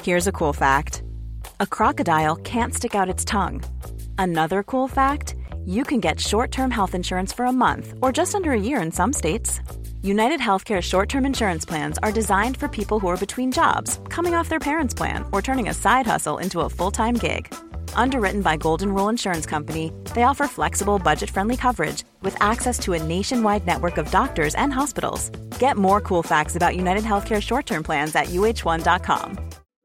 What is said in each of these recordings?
Here's a cool fact. A crocodile can't stick out its tongue. Another cool fact, you can get short-term health insurance for a month or just under a year in some states. United Healthcare short-term insurance plans are designed for people who are between jobs, coming off their parents' plan, or turning a side hustle into a full-time gig. Underwritten by Golden Rule Insurance Company, they offer flexible, budget-friendly coverage with access to a nationwide network of doctors and hospitals. Get more cool facts about United Healthcare short-term plans at uh1.com.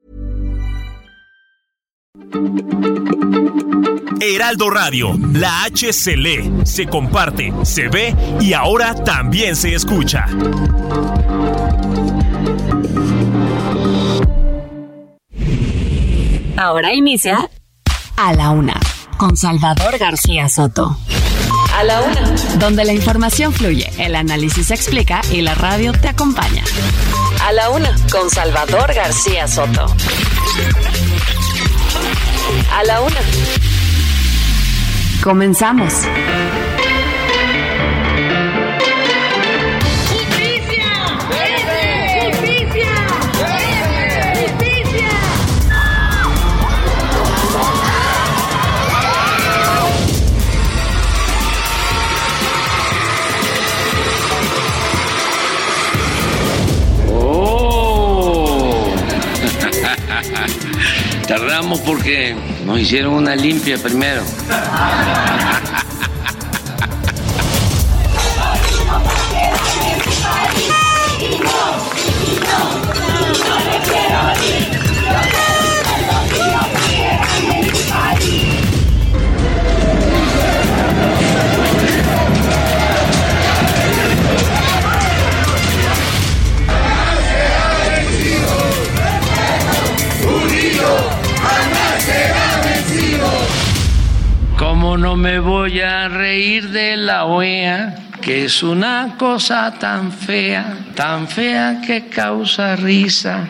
Heraldo Radio, la H se lee, se comparte, se ve y ahora también se escucha. Ahora inicia A la Una, con Salvador García Soto. A la Una, donde la información fluye, el análisis se explica y la radio te acompaña. A la Una, con Salvador García Soto. A la Una. Comenzamos. Tardamos porque nos hicieron una limpia primero. ¿Cómo no me voy a reír de la OEA? Que es una cosa tan fea que causa risa.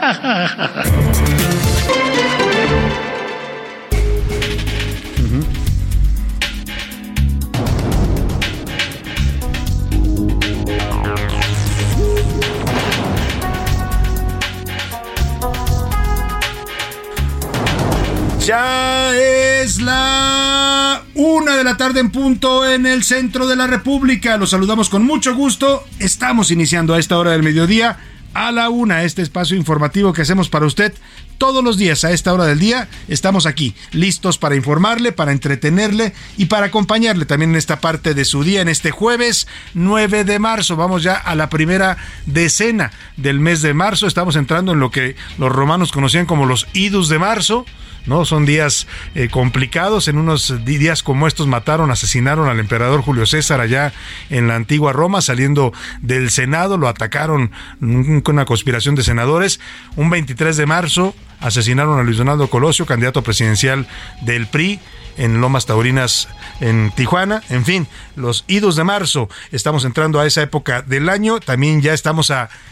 Ya es la 1 de la tarde en punto en el centro de la República. Los saludamos con mucho gusto. Estamos iniciando a esta hora del mediodía, a la 1, este espacio informativo que hacemos para usted todos los días a esta hora del día. Estamos aquí, listos para informarle, para entretenerle y para acompañarle también en esta parte de su día, en este jueves 9 de marzo. Vamos ya a la primera decena del mes de marzo. Estamos entrando en lo que los romanos conocían como los idus de marzo, ¿no? Son días complicados. En unos días como estos asesinaron al emperador Julio César allá en la antigua Roma, saliendo del Senado, lo atacaron con una conspiración de senadores. Un 23 de marzo asesinaron a Luis Donaldo Colosio, candidato presidencial del PRI, en Lomas Taurinas, en Tijuana. En fin, los idus de marzo. Estamos entrando a esa época del año. También ya estamos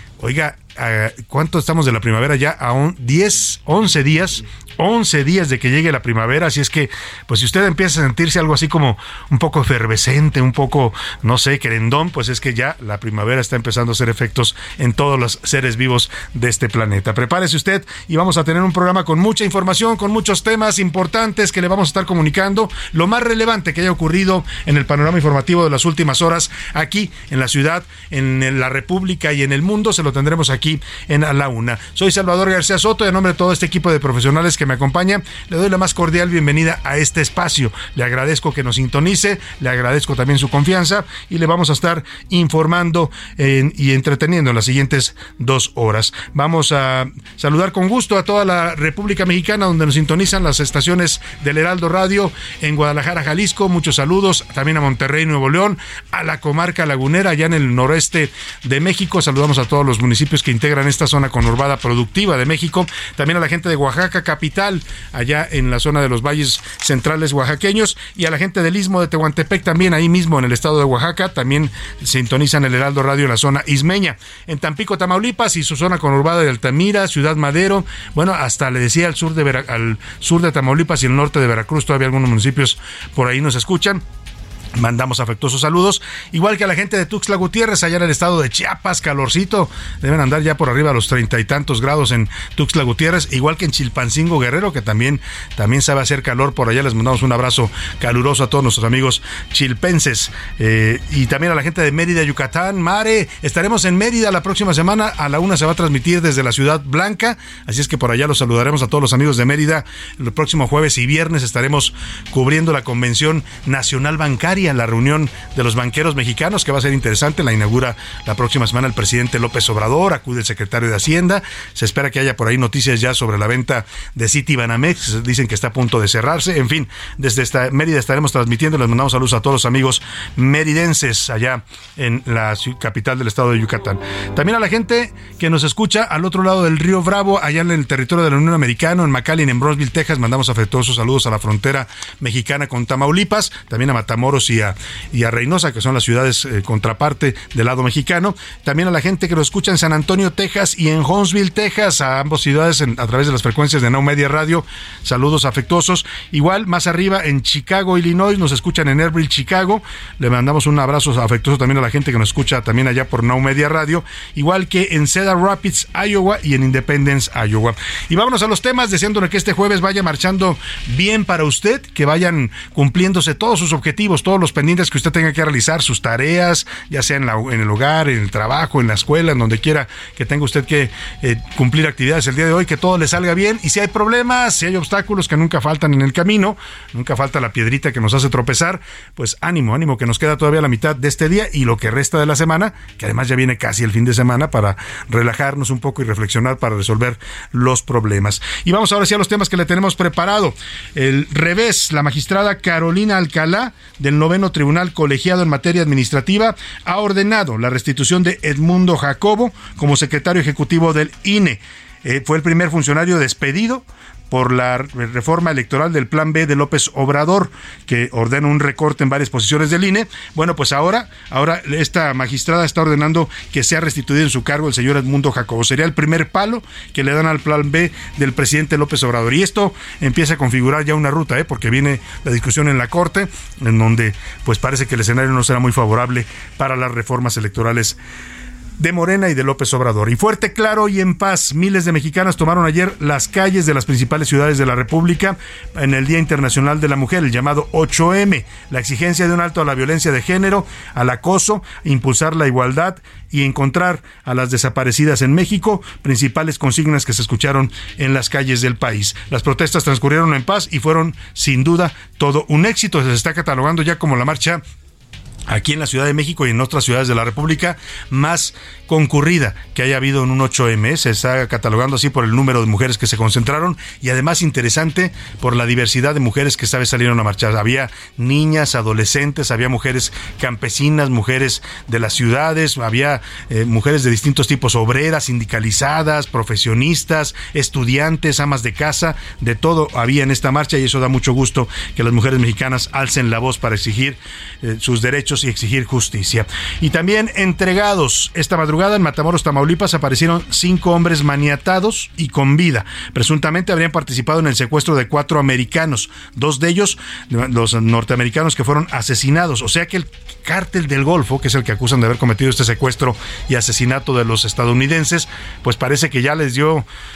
¿cuánto estamos de la primavera? Ya a 11 días de que llegue la primavera. Así es que, pues si usted empieza a sentirse algo así como un poco efervescente, un poco, no sé, querendón, pues es que ya la primavera está empezando a hacer efectos en todos los seres vivos de este planeta. Prepárese usted y vamos a tener un programa con mucha información, con muchos temas importantes que le vamos a estar comunicando. Lo más relevante que haya ocurrido en el panorama informativo de las últimas horas aquí en la ciudad, en la República y en el mundo, se lo tendremos aquí en A la Una. Soy Salvador García Soto y en nombre de todo este equipo de profesionales que me acompaña, le doy la más cordial bienvenida a este espacio. Le agradezco que nos sintonice, le agradezco también su confianza y le vamos a estar informando y entreteniendo en las siguientes 2 horas. Vamos a saludar con gusto a toda la República Mexicana, donde nos sintonizan las estaciones del Heraldo Radio en Guadalajara, Jalisco. Muchos saludos también a Monterrey, Nuevo León, a la comarca lagunera, allá en el noreste de México. Saludamos a todos los municipios que integran esta zona conurbada productiva de México. También a la gente de Oaxaca capital, allá en la zona de los valles centrales oaxaqueños, y a la gente del Istmo de Tehuantepec, también ahí mismo en el estado de Oaxaca. También sintonizan el Heraldo Radio en la zona ismeña. En Tampico, Tamaulipas y su zona conurbada de Altamira, Ciudad Madero, bueno, hasta le decía al sur de Tamaulipas y el norte de Veracruz, todavía algunos municipios por ahí nos escuchan. Mandamos afectuosos saludos, igual que a la gente de Tuxtla Gutiérrez, allá en el estado de Chiapas, calorcito, deben andar ya por arriba a los 30 y tantos grados en Tuxtla Gutiérrez, igual que en Chilpancingo, Guerrero, que también sabe hacer calor por allá. Les mandamos un abrazo caluroso a todos nuestros amigos chilpenses, y también a la gente de Mérida, Yucatán. Mare, estaremos en Mérida la próxima semana, a la 1 se va a transmitir desde la Ciudad Blanca, así es que por allá los saludaremos a todos los amigos de Mérida. El próximo jueves y viernes estaremos cubriendo la Convención Nacional Bancaria, la reunión de los banqueros mexicanos, que va a ser interesante. La inaugura la próxima semana el presidente López Obrador, acude el secretario de Hacienda. Se espera que haya por ahí noticias ya sobre la venta de Citibanamex, dicen que está a punto de cerrarse. En fin, desde esta Mérida estaremos transmitiendo. Les mandamos saludos a todos los amigos meridenses allá en la capital del estado de Yucatán. También a la gente que nos escucha al otro lado del río Bravo, allá en el territorio de la Unión Americana, en McAllen, en Brownsville, Texas. Mandamos afectuosos saludos a la frontera mexicana con Tamaulipas, también a Matamoros y a Reynosa, que son las ciudades contraparte del lado mexicano. También a la gente que nos escucha en San Antonio, Texas, y en Huntsville, Texas, a ambas ciudades a través de las frecuencias de Now Media Radio. Saludos afectuosos. Igual más arriba en Chicago, Illinois, nos escuchan en Airville, Chicago. Le mandamos un abrazo afectuoso también a la gente que nos escucha también allá por Now Media Radio, igual que en Cedar Rapids, Iowa, y en Independence, Iowa. Y vámonos a los temas, deseándole que este jueves vaya marchando bien para usted, que vayan cumpliéndose todos sus objetivos, todos los pendientes que usted tenga que realizar, sus tareas, ya sea en el hogar, en el trabajo, en la escuela, en donde quiera que tenga usted que cumplir actividades el día de hoy, que todo le salga bien. Y si hay problemas, si hay obstáculos, que nunca faltan en el camino, nunca falta la piedrita que nos hace tropezar, pues ánimo, que nos queda todavía la mitad de este día y lo que resta de la semana, que además ya viene casi el fin de semana, para relajarnos un poco y reflexionar para resolver los problemas. Y vamos ahora sí a los temas que le tenemos preparado. El revés, la magistrada Carolina Alcalá, del 9º Tribunal Colegiado en Materia Administrativa, ha ordenado la restitución de Edmundo Jacobo como secretario ejecutivo del INE. Fue el primer funcionario despedido por la reforma electoral del Plan B de López Obrador, que ordena un recorte en varias posiciones del INE. Bueno, pues ahora esta magistrada está ordenando que sea restituido en su cargo el señor Edmundo Jacobo. Sería el primer palo que le dan al Plan B del presidente López Obrador. Y esto empieza a configurar ya una ruta, porque viene la discusión en la Corte, en donde pues parece que el escenario no será muy favorable para las reformas electorales de Morena y de López Obrador. Y fuerte, claro y en paz, miles de mexicanas tomaron ayer las calles de las principales ciudades de la República en el Día Internacional de la Mujer, el llamado 8M. La exigencia de un alto a la violencia de género, al acoso, impulsar la igualdad y encontrar a las desaparecidas en México, principales consignas que se escucharon en las calles del país. Las protestas transcurrieron en paz y fueron, sin duda, todo un éxito. Se está catalogando ya como la marcha aquí en la Ciudad de México y en otras ciudades de la República más concurrida que haya habido en un 8M. Se está catalogando así por el número de mujeres que se concentraron y además interesante por la diversidad de mujeres que esta vez salieron a marchar. Había niñas, adolescentes, había mujeres campesinas, mujeres de las ciudades, había mujeres de distintos tipos, obreras, sindicalizadas, profesionistas, estudiantes, amas de casa, de todo había en esta marcha, y eso da mucho gusto que las mujeres mexicanas alcen la voz para exigir sus derechos y exigir justicia. Y también entregados esta madrugada en Matamoros, Tamaulipas, aparecieron 5 hombres maniatados y con vida. Presuntamente habrían participado en el secuestro de 4 americanos, 2 de ellos los norteamericanos que fueron asesinados. O sea que el cártel del Golfo, que es el que acusan de haber cometido este secuestro y asesinato de los estadounidenses, pues parece que ya les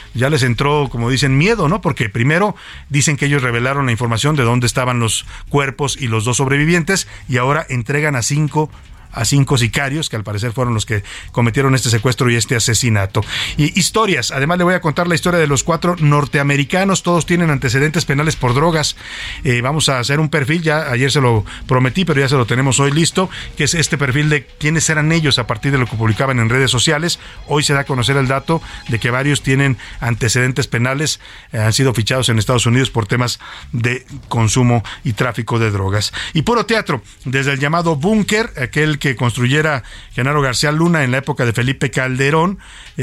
entró, como dicen, miedo, ¿no? Porque primero dicen que ellos revelaron la información de dónde estaban los cuerpos y los 2 sobrevivientes, y ahora entregan a 5 sicarios que al parecer fueron los que cometieron este secuestro y este asesinato. Y historias, además le voy a contar la historia de los 4 norteamericanos. Todos tienen antecedentes penales por drogas. Vamos a hacer un perfil, ya ayer se lo prometí, pero ya se lo tenemos hoy listo, que es este perfil de quiénes eran ellos a partir de lo que publicaban en redes sociales. Hoy se da a conocer el dato de que varios tienen antecedentes penales, han sido fichados en Estados Unidos por temas de consumo y tráfico de drogas. Y puro teatro, desde el llamado búnker, aquel que construyera Genaro García Luna en la época de Felipe Calderón,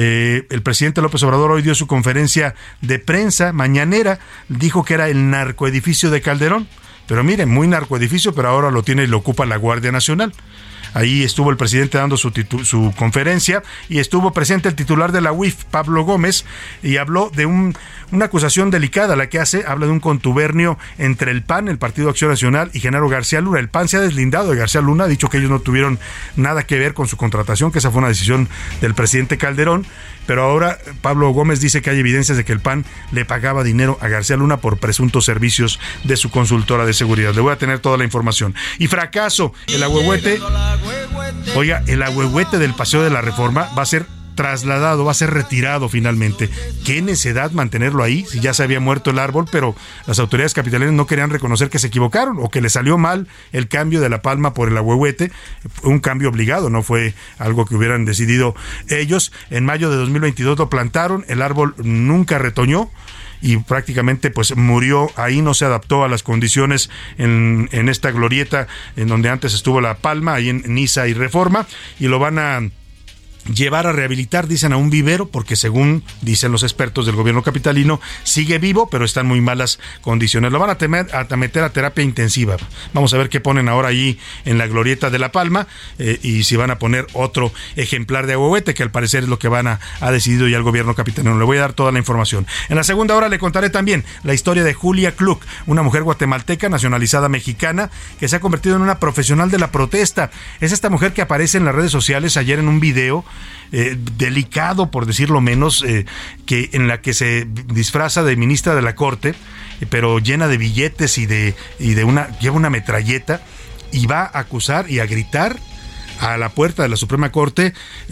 el presidente López Obrador hoy dio su conferencia de prensa mañanera, dijo que era el narcoedificio de Calderón, pero miren, muy narcoedificio, pero ahora lo tiene y lo ocupa la Guardia Nacional. Ahí estuvo el presidente dando su conferencia y estuvo presente el titular de la UIF, Pablo Gómez, y habló de una acusación delicada la que habla de un contubernio entre el PAN, el Partido Acción Nacional, y Genaro García Luna. El PAN se ha deslindado de García Luna, ha dicho que ellos no tuvieron nada que ver con su contratación, que esa fue una decisión del presidente Calderón, pero ahora Pablo Gómez dice que hay evidencias de que el PAN le pagaba dinero a García Luna por presuntos servicios de su consultora de seguridad. Le voy a tener toda la información. Y fracaso, el ahuehuete, oiga, el ahuehuete del Paseo de la Reforma va a ser trasladado, va a ser retirado finalmente. Qué necedad mantenerlo ahí, si ya se había muerto el árbol, pero las autoridades capitalinas no querían reconocer que se equivocaron o que les salió mal el cambio de la palma por el ahuehuete. Fue un cambio obligado, no fue algo que hubieran decidido ellos. En mayo de 2022 lo plantaron, el árbol nunca retoñó y prácticamente pues murió ahí, no se adaptó a las condiciones en esta glorieta en donde antes estuvo la palma, ahí en Niza y Reforma, y lo van a llevar a rehabilitar, dicen, a un vivero, porque según dicen los expertos del gobierno capitalino, sigue vivo, pero está en muy malas condiciones. Lo van a meter a terapia intensiva. Vamos a ver qué ponen ahora allí en la glorieta de La Palma, y si van a poner otro ejemplar de ahuehuete, que al parecer es lo que ha decidido ya el gobierno capitalino. Le voy a dar toda la información. En la segunda hora le contaré también la historia de Julia Kluk, una mujer guatemalteca nacionalizada mexicana que se ha convertido en una profesional de la protesta. Es esta mujer que aparece en las redes sociales ayer en un video delicado, por decirlo menos, que en la que se disfraza de ministra de la Corte, pero llena de billetes y lleva una metralleta y va a acusar y a gritar a la puerta de la Suprema Corte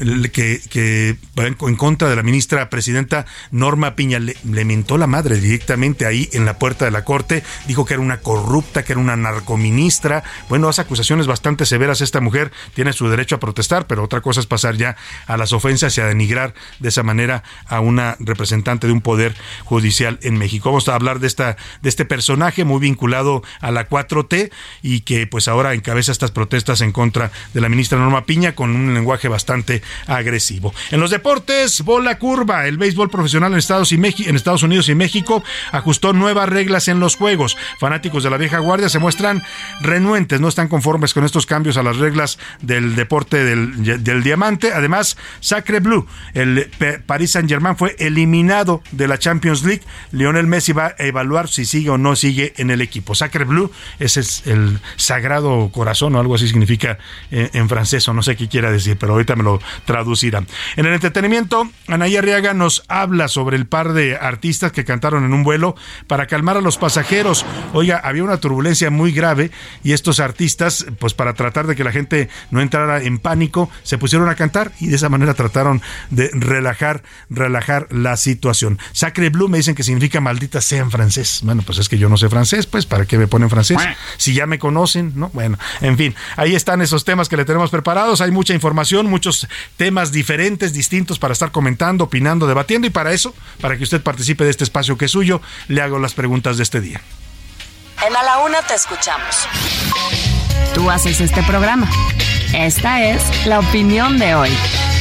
que va en contra de la ministra presidenta Norma Piña. Le mentó la madre directamente ahí en la puerta de la Corte, dijo que era una corrupta, que era una narcoministra. Bueno, hace acusaciones bastante severas. Esta mujer tiene su derecho a protestar, pero otra cosa es pasar ya a las ofensas y a denigrar de esa manera a una representante de un poder judicial en México. Vamos a hablar de este personaje muy vinculado a la 4T y que pues ahora encabeza estas protestas en contra de la ministra Norma Piña con un lenguaje bastante agresivo. En los deportes, bola curva. El béisbol profesional en Estados Unidos y México ajustó nuevas reglas en los juegos. Fanáticos de la vieja guardia se muestran renuentes, no están conformes con estos cambios a las reglas del deporte del diamante. Además, Sacre Bleu, el Paris Saint-Germain, fue eliminado de la Champions League. Lionel Messi va a evaluar si sigue o no sigue en el equipo. Sacre Bleu, ese es el sagrado corazón o algo así significa en francés, o no sé qué quiera decir, pero ahorita me lo traducirán. En el entretenimiento, Anaí Arriaga nos habla sobre el par de artistas que cantaron en un vuelo para calmar a los pasajeros. Oiga, había una turbulencia muy grave y estos artistas, pues para tratar de que la gente no entrara en pánico, se pusieron a cantar y de esa manera trataron de relajar la situación. Sacre Bleu me dicen que significa maldita sea en francés. Bueno, pues es que yo no sé francés, pues ¿para qué me ponen francés? Si ya me conocen, ¿no? Bueno, en fin, ahí están esos temas que le tenemos preparados. Hay mucha información, muchos temas diferentes, distintos para estar comentando, opinando, debatiendo, y para eso, para que usted participe de este espacio que es suyo, le hago las preguntas de este día. En A la Una te escuchamos. Tú haces este programa. Esta es la opinión de hoy.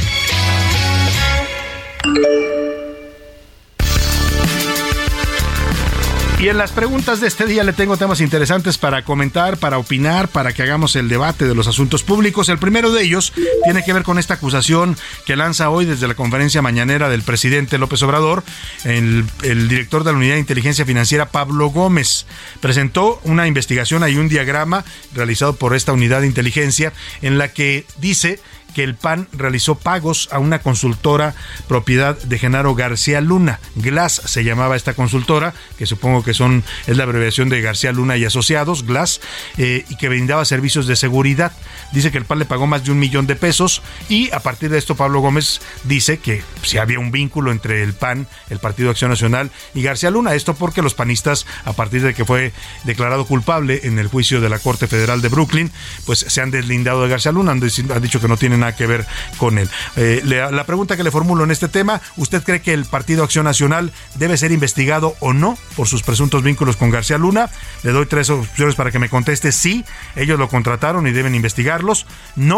Y en las preguntas de este día le tengo temas interesantes para comentar, para opinar, para que hagamos el debate de los asuntos públicos. El primero de ellos tiene que ver con esta acusación que lanza hoy desde la conferencia mañanera del presidente López Obrador. El director de la Unidad de Inteligencia Financiera, Pablo Gómez, presentó una investigación, hay un diagrama realizado por esta unidad de inteligencia en la que dice que el PAN realizó pagos a una consultora propiedad de Genaro García Luna. Glass se llamaba esta consultora, que supongo que es la abreviación de García Luna y Asociados, Glass, y que brindaba servicios de seguridad. Dice que el PAN le pagó más de $1 millón y a partir de esto Pablo Gómez dice que si había un vínculo entre el PAN, el Partido Acción Nacional, y García Luna. Esto porque los panistas, a partir de que fue declarado culpable en el juicio de la Corte Federal de Brooklyn, pues se han deslindado de García Luna, han dicho que no tienen nada que ver con él. La pregunta que le formulo en este tema: ¿usted cree que el Partido Acción Nacional debe ser investigado o no por sus presuntos vínculos con García Luna? Le doy 3 opciones para que me conteste: sí, ellos lo contrataron y deben investigarlos; no,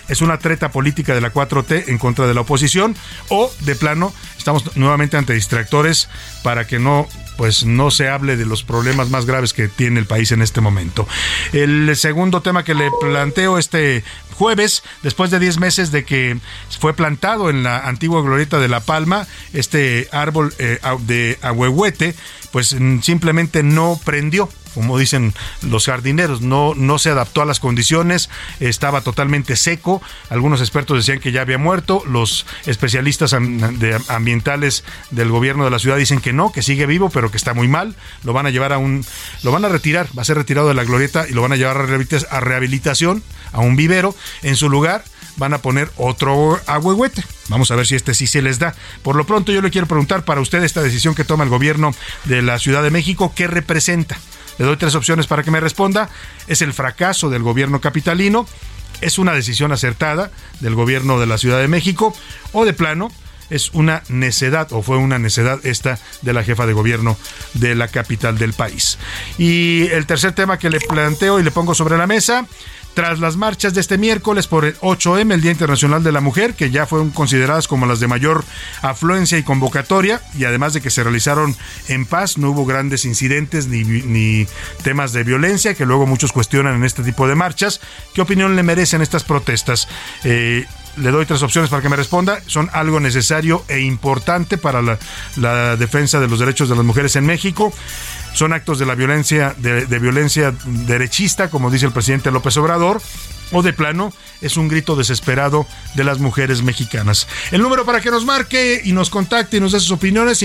es una treta política de la 4T en contra de la oposición, o de plano estamos nuevamente ante distractores para que no se hable de los problemas más graves que tiene el país en este momento. El segundo tema que le planteo este jueves, después de 10 meses de que fue plantado en la antigua glorieta de La Palma, este árbol de ahuehuete, pues simplemente no prendió, como dicen los jardineros, no se adaptó a las condiciones, estaba totalmente seco. Algunos expertos decían que ya había muerto, los especialistas ambientales del gobierno de la ciudad dicen que no, que sigue vivo, pero que está muy mal. Lo van a retirar, va a ser retirado de la glorieta y lo van a llevar a rehabilitación, a un vivero. En su lugar van a poner otro ahuehuete. Vamos a ver si sí se les da. Por lo pronto yo le quiero preguntar, para usted, esta decisión que toma el gobierno de la Ciudad de México, ¿qué representa? Le doy 3 opciones para que me responda. ¿Es el fracaso del gobierno capitalino? ¿Es una decisión acertada del gobierno de la Ciudad de México? ¿O de plano es una necedad, o fue una necedad esta de la jefa de gobierno de la capital del país? Y el tercer tema que le planteo y le pongo sobre la mesa: tras las marchas de este miércoles por el 8M, el Día Internacional de la Mujer, que ya fueron consideradas como las de mayor afluencia y convocatoria, y además de que se realizaron en paz, no hubo grandes incidentes ni temas de violencia, que luego muchos cuestionan en este tipo de marchas. ¿Qué opinión le merecen estas protestas? Le doy 3 opciones para que me responda. Son algo necesario e importante para la defensa de los derechos de las mujeres en México. Son actos de la violencia, de violencia derechista, como dice el presidente López Obrador, o de plano es un grito desesperado de las mujeres mexicanas. El número para que nos marque y nos contacte y nos dé sus opiniones: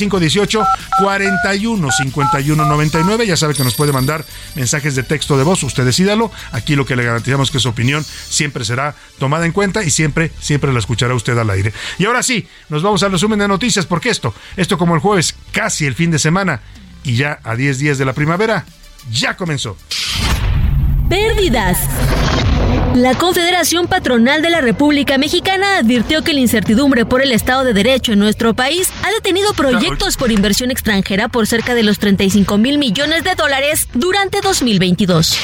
5518-415199. Ya sabe que nos puede mandar mensajes de texto de voz, usted decídalo. Aquí lo que le garantizamos que su opinión siempre será tomada en cuenta y siempre la escuchará usted al aire. Y ahora sí, nos vamos al resumen de noticias, porque esto como el jueves, casi el fin de semana, y ya a 10 días de la primavera, ya comenzó. Pérdidas. La Confederación Patronal de la República Mexicana advirtió que la incertidumbre por el Estado de Derecho en nuestro país ha detenido proyectos por inversión extranjera por cerca de los $35,000 millones durante 2022.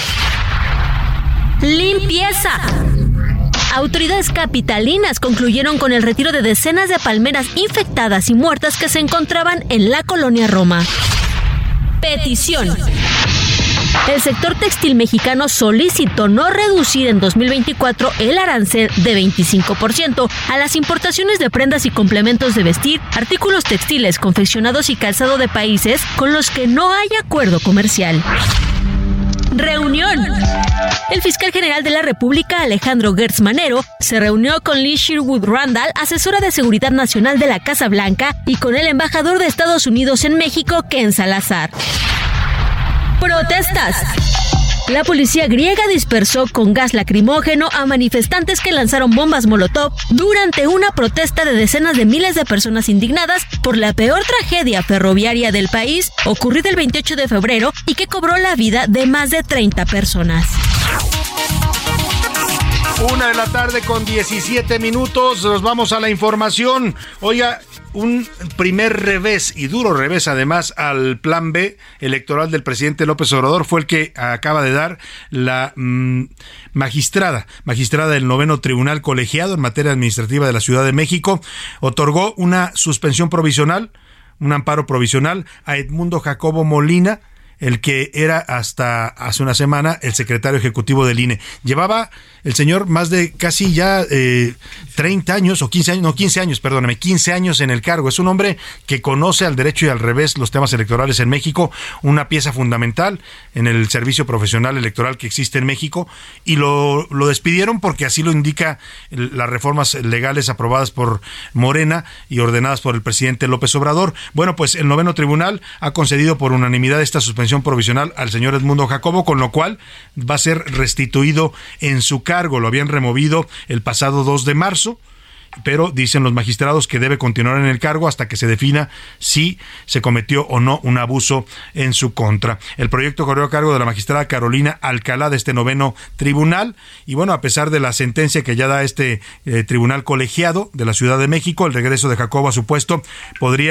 Limpieza. Autoridades capitalinas concluyeron con el retiro de decenas de palmeras infectadas y muertas que se encontraban en la colonia Roma. Petición. El sector textil mexicano solicitó no reducir en 2024 el arancel de 25% a las importaciones de prendas y complementos de vestir, artículos textiles, confeccionados y calzado de países con los que no hay acuerdo comercial. Reunión. El fiscal general de la República, Alejandro Gertz Manero, se reunió con Liz Sherwood Randall, asesora de seguridad nacional de la Casa Blanca, y con el embajador de Estados Unidos en México, Ken Salazar. Protestas. La policía griega dispersó con gas lacrimógeno a manifestantes que lanzaron bombas molotov durante una protesta de decenas de miles de personas indignadas por la peor tragedia ferroviaria del país, ocurrida el 28 de febrero y que cobró la vida de más de 30 personas. 1:17 p.m. Nos vamos a la información. Oiga, un primer revés, y duro revés además, al plan B electoral del presidente López Obrador fue el que acaba de dar la magistrada del 9º Tribunal Colegiado en materia administrativa de la Ciudad de México. Otorgó una suspensión provisional, un amparo provisional a Edmundo Jacobo Molina, el que era hasta hace una semana el secretario ejecutivo del INE. Llevaba el señor más de casi ya 30 años, o 15 años en el cargo. Es un hombre que conoce al derecho y al revés los temas electorales en México, una pieza fundamental en el servicio profesional electoral que existe en México, y lo despidieron porque así lo indica las reformas legales aprobadas por Morena y ordenadas por el presidente López Obrador. Bueno, pues el 9º Tribunal ha concedido por unanimidad esta suspensión provisional al señor Edmundo Jacobo, con lo cual va a ser restituido en su cargo. Lo habían removido el pasado 2 de marzo, pero dicen los magistrados que debe continuar en el cargo hasta que se defina si se cometió o no un abuso en su contra. El proyecto corrió a cargo de la magistrada Carolina Alcalá de este 9º Tribunal, y bueno, a pesar de la sentencia que ya da este Tribunal Colegiado de la Ciudad de México, el regreso de Jacobo a su puesto podría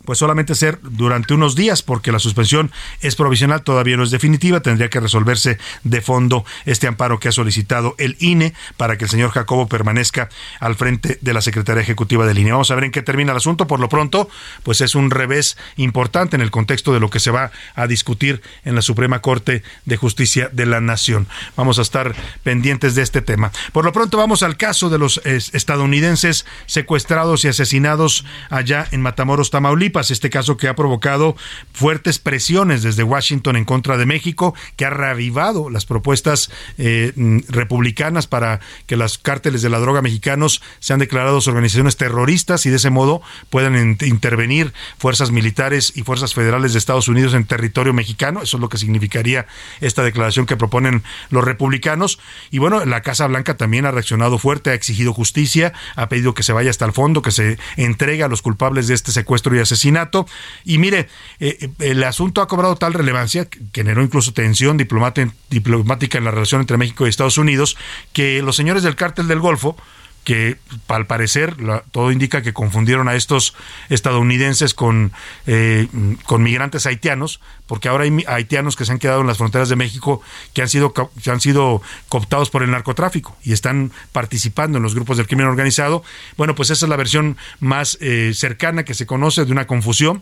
pues solamente ser durante unos días, porque la suspensión es provisional, todavía no es definitiva. Tendría que resolverse de fondo este amparo que ha solicitado el INE para que el señor Jacobo permanezca al frente de la Secretaría Ejecutiva del INE. Vamos a ver en qué termina el asunto. Por lo pronto, pues es un revés importante en el contexto de lo que se va a discutir en la Suprema Corte de Justicia de la Nación. Vamos a estar pendientes de este tema. Por lo pronto vamos al caso de los estadounidenses secuestrados y asesinados allá en Matamoros, Tamaulipas. Este caso que ha provocado fuertes presiones desde Washington en contra de México, que ha reavivado las propuestas republicanas para que los cárteles de la droga mexicanos sean declarados organizaciones terroristas y de ese modo puedan intervenir fuerzas militares y fuerzas federales de Estados Unidos en territorio mexicano. Eso es lo que significaría esta declaración que proponen los republicanos. Y bueno, la Casa Blanca también ha reaccionado fuerte, ha exigido justicia, ha pedido que se vaya hasta el fondo, que se entregue a los culpables de este secuestro y asesinato. Y mire, el asunto ha cobrado tal relevancia que generó incluso tensión diplomática en la relación entre México y Estados Unidos, que los señores del Cártel del Golfo, que al parecer todo indica que confundieron a estos estadounidenses con migrantes haitianos, porque ahora hay haitianos que se han quedado en las fronteras de México que han sido cooptados por el narcotráfico y están participando en los grupos del crimen organizado. Bueno, pues esa es la versión más cercana que se conoce de una confusión.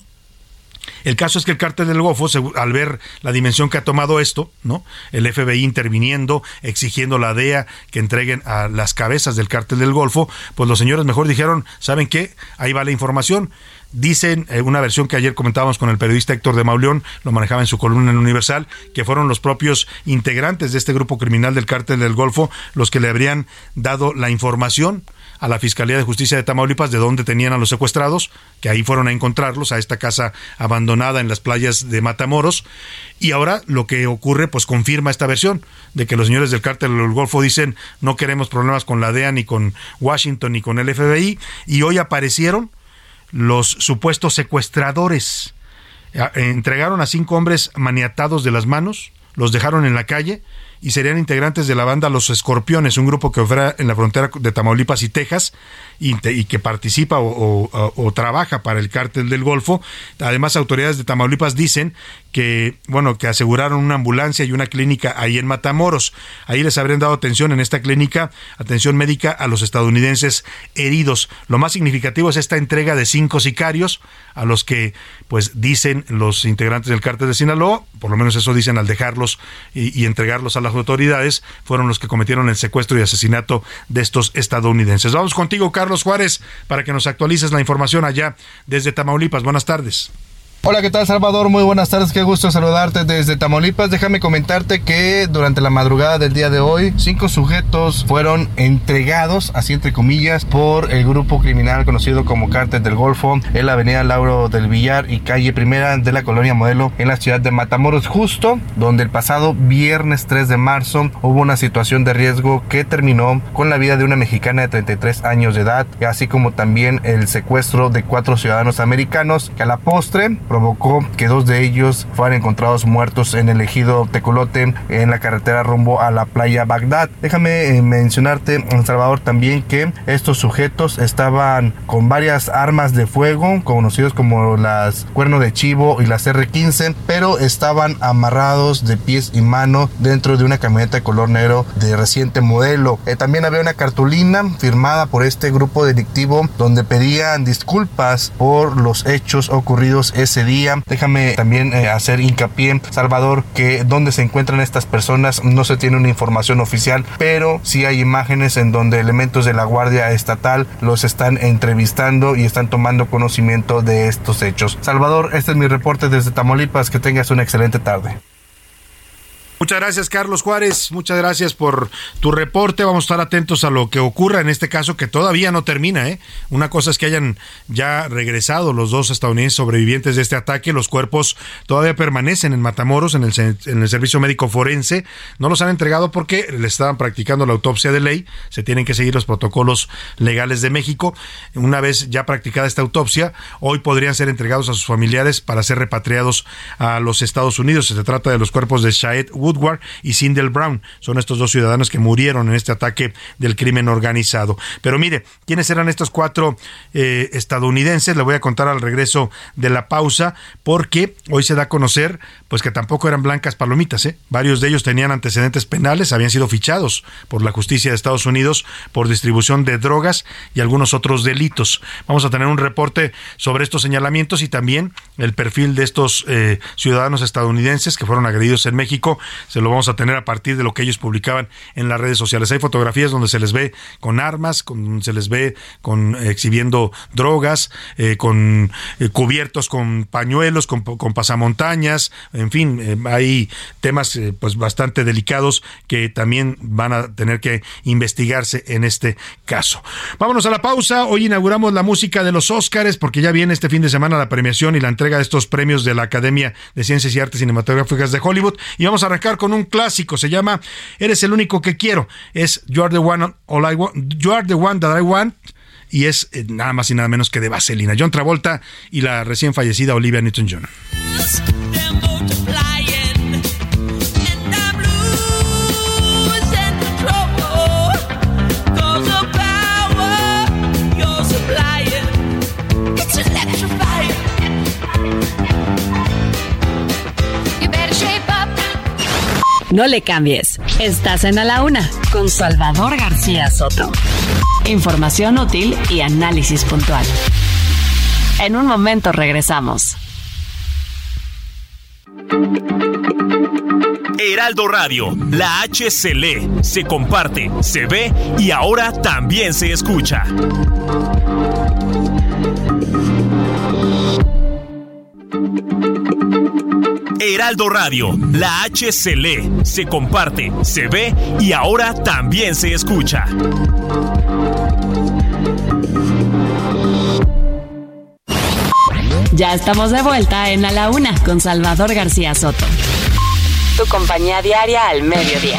El caso es que el Cártel del Golfo, al ver la dimensión que ha tomado esto, ¿no? El FBI interviniendo, exigiendo la DEA que entreguen a las cabezas del Cártel del Golfo, pues los señores mejor dijeron, ¿saben qué? Ahí va la información. Dicen, una versión que ayer comentábamos con el periodista Héctor de Mauleón, lo manejaba en su columna en Universal, que fueron los propios integrantes de este grupo criminal del Cártel del Golfo los que le habrían dado la información a la Fiscalía de Justicia de Tamaulipas de dónde tenían a los secuestrados, que ahí fueron a encontrarlos, a esta casa abandonada en las playas de Matamoros. Y ahora lo que ocurre, pues confirma esta versión de que los señores del Cártel del Golfo dicen no queremos problemas con la DEA, ni con Washington, ni con el FBI, y hoy aparecieron los supuestos secuestradores. Entregaron a 5 hombres maniatados de las manos, los dejaron en la calle y serían integrantes de la banda Los Escorpiones, un grupo que opera en la frontera de Tamaulipas y Texas y que participa o trabaja para el Cártel del Golfo. Además, autoridades de Tamaulipas dicen que aseguraron una ambulancia y una clínica ahí en Matamoros. Ahí les habrían dado atención en esta clínica, atención médica a los estadounidenses heridos. Lo más significativo es esta entrega de 5 sicarios a los que, pues, dicen los integrantes del Cártel de Sinaloa, por lo menos eso dicen al dejarlos y entregarlos a las autoridades, fueron los que cometieron el secuestro y asesinato de estos estadounidenses. Vamos contigo, Carlos Juárez, para que nos actualices la información allá desde Tamaulipas. Buenas tardes. Hola, ¿qué tal, Salvador? Muy buenas tardes, qué gusto saludarte desde Tamaulipas. Déjame comentarte que durante la madrugada del día de hoy, 5 sujetos fueron entregados, así entre comillas, por el grupo criminal conocido como Cártel del Golfo en la avenida Lauro del Villar y calle Primera de la Colonia Modelo en la ciudad de Matamoros, justo donde el pasado viernes 3 de marzo hubo una situación de riesgo que terminó con la vida de una mexicana de 33 años de edad, así como también el secuestro de 4 ciudadanos americanos que a la postre provocó que 2 de ellos fueran encontrados muertos en el ejido Tecolote en la carretera rumbo a la playa Bagdad. Déjame mencionarte, Salvador, también que estos sujetos estaban con varias armas de fuego conocidos como las cuerno de chivo y las R-15, pero estaban amarrados de pies y manos dentro de una camioneta de color negro de reciente modelo. También había una cartulina firmada por este grupo delictivo donde pedían disculpas por los hechos ocurridos ese día. Déjame también hacer hincapié, Salvador, que donde se encuentran estas personas no se tiene una información oficial, pero sí hay imágenes en donde elementos de la Guardia Estatal los están entrevistando y están tomando conocimiento de estos hechos. Salvador, este es mi reporte desde Tamaulipas. Que tengas una excelente tarde. Muchas gracias, Carlos Juárez, muchas gracias por tu reporte. Vamos a estar atentos a lo que ocurra en este caso, que todavía no termina, Una cosa es que hayan ya regresado los 2 estadounidenses sobrevivientes de este ataque. Los cuerpos todavía permanecen en Matamoros, en el servicio médico forense. No los han entregado porque les estaban practicando la autopsia de ley. Se tienen que seguir los protocolos legales de México. Una vez ya practicada esta autopsia, hoy podrían ser entregados a sus familiares para ser repatriados a los Estados Unidos. Se trata de los cuerpos de Shaed Woodward y Sindel Brown. Son estos 2 ciudadanos que murieron en este ataque del crimen organizado. Pero mire, ¿quiénes eran estos 4 estadounidenses? Le voy a contar al regreso de la pausa, porque hoy se da a conocer pues que tampoco eran blancas palomitas, ¿eh? Varios de ellos tenían antecedentes penales, habían sido fichados por la justicia de Estados Unidos por distribución de drogas y algunos otros delitos. Vamos a tener un reporte sobre estos señalamientos y también el perfil de estos ciudadanos estadounidenses que fueron agredidos en México. Se lo vamos a tener a partir de lo que ellos publicaban en las redes sociales. Hay fotografías donde se les ve con armas, se les ve exhibiendo drogas, con cubiertos con pañuelos, con pasamontañas, en fin, hay temas pues bastante delicados que también van a tener que investigarse en este caso. Vámonos a la pausa. Hoy inauguramos la música de los Óscares porque ya viene este fin de semana la premiación y la entrega de estos premios de la Academia de Ciencias y Artes Cinematográficas de Hollywood, y vamos a arrancar con un clásico. Se llama Eres el único que quiero. Es You Are the One That I Want, y es nada más y nada menos que de Vaselina, John Travolta y la recién fallecida Olivia Newton-John. No le cambies. Estás en A la Una con Salvador García Soto. Información útil y análisis puntual. En un momento regresamos. Heraldo Radio, la H se lee, se comparte, se ve y ahora también se escucha. Heraldo Radio, la H se lee, se comparte, se ve y ahora también se escucha. Ya estamos de vuelta en A la Una con Salvador García Soto. Tu compañía diaria al mediodía.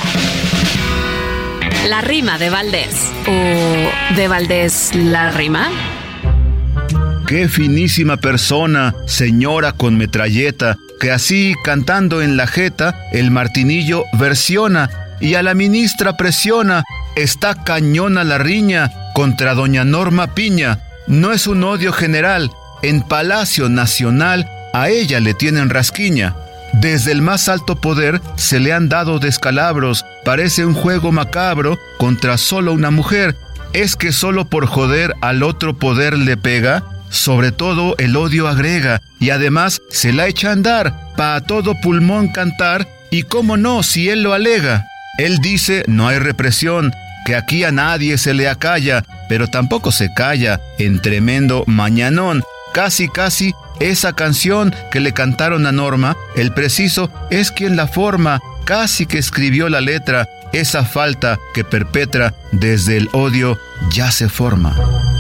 La rima de Valdés. ¿O de Valdés la rima? Qué finísima persona, señora con metralleta, que así, cantando en la jeta, el martinillo versiona y a la ministra presiona. Está cañona la riña contra doña Norma Piña. No es un odio general, en Palacio Nacional a ella le tienen rasquiña. Desde el más alto poder se le han dado descalabros, parece un juego macabro contra solo una mujer. Es que solo por joder al otro poder le pega, sobre todo el odio agrega, y además se la echa a andar, pa' a todo pulmón cantar, y cómo no si él lo alega. Él dice no hay represión, que aquí a nadie se le acalla, pero tampoco se calla en tremendo mañanón. Casi esa canción que le cantaron a Norma, el preciso es quien la forma, casi que escribió la letra, esa falta que perpetra desde el odio ya se forma.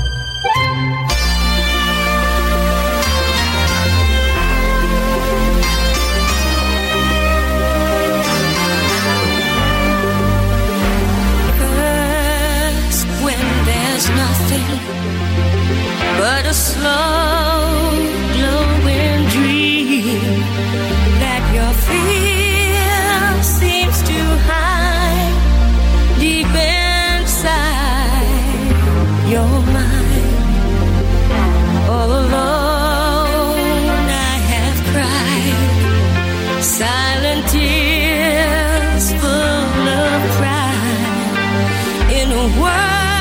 But a slow glowing dream that your fear seems to hide deep inside your mind. All alone I have cried silent tears full of pride in a world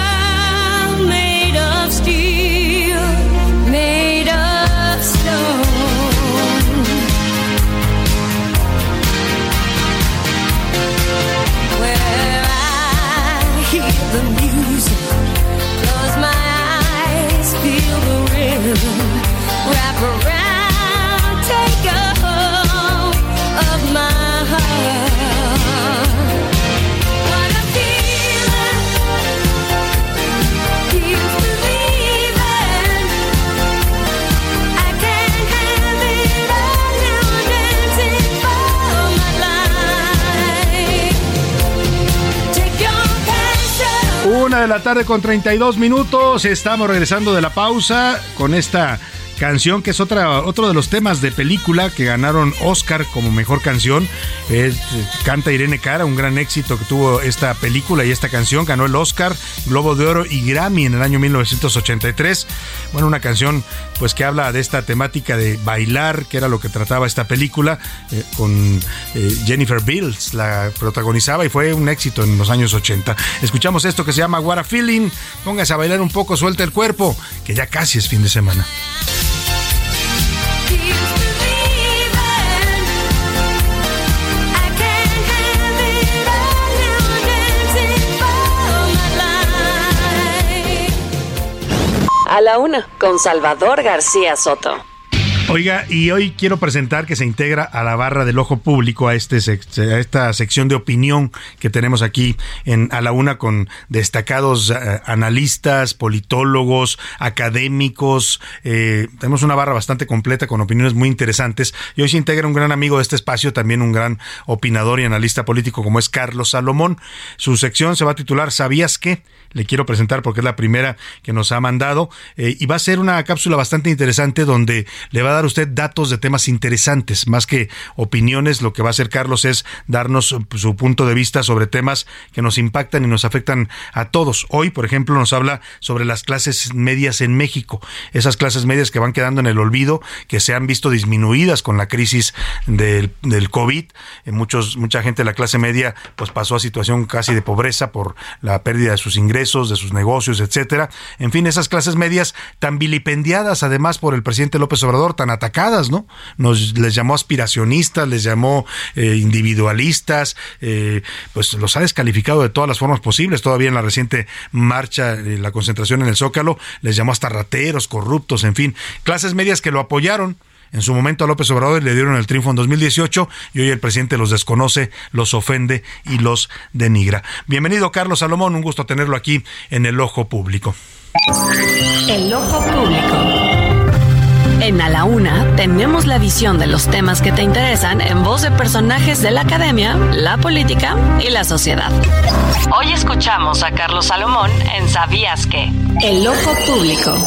wrap around, take a hold of my heart. What I'm feeling keeps believing I can't have it all now, dancing for my life. Take your passion. 1:32 p.m. Estamos regresando de la pausa con esta canción que es otro de los temas de película que ganaron Oscar como mejor canción. Canta Irene Cara, un gran éxito que tuvo esta película y esta canción. Ganó el Oscar, Globo de Oro y Grammy en el año 1983. Bueno, una canción pues que habla de esta temática de bailar, que era lo que trataba esta película, con Jennifer Beals la protagonizaba y fue un éxito en los años 80. Escuchamos esto que se llama What a Feeling. Póngase a bailar un poco, suelta el cuerpo, que ya casi es fin de semana. A la una, con Salvador García Soto. Oiga, y hoy quiero presentar que se integra a la barra del Ojo Público, a esta sección de opinión que tenemos aquí A la Una, con destacados analistas, politólogos, académicos. Tenemos una barra bastante completa con opiniones muy interesantes. Y hoy se integra un gran amigo de este espacio, también un gran opinador y analista político como es Carlos Salomón. Su sección se va a titular ¿Sabías qué? Le quiero presentar porque es la primera que nos ha mandado, y va a ser una cápsula bastante interesante donde le va a dar usted datos de temas interesantes, más que opiniones. Lo que va a hacer Carlos es darnos su punto de vista sobre temas que nos impactan y nos afectan a todos. Hoy, por ejemplo, nos habla sobre las clases medias en México, esas clases medias que van quedando en el olvido, que se han visto disminuidas con la crisis del COVID. Mucha gente de la clase media pues pasó a situación casi de pobreza por la pérdida de sus ingresos, de sus negocios, etcétera. En fin, esas clases medias tan vilipendiadas además por el presidente López Obrador, tan atacadas, ¿no? Les llamó aspiracionistas, les llamó individualistas, pues los ha descalificado de todas las formas posibles. Todavía en la reciente marcha, la concentración en el Zócalo, les llamó hasta rateros, corruptos, en fin. Clases medias que lo apoyaron en su momento a López Obrador, le dieron el triunfo en 2018 y hoy el presidente los desconoce, los ofende y los denigra. Bienvenido, Carlos Salomón, un gusto tenerlo aquí en El Ojo Público. El Ojo Público. En A la Una tenemos la visión de los temas que te interesan en voz de personajes de la academia, la política y la sociedad. Hoy escuchamos a Carlos Salomón en ¿Sabías qué? El Ojo Público.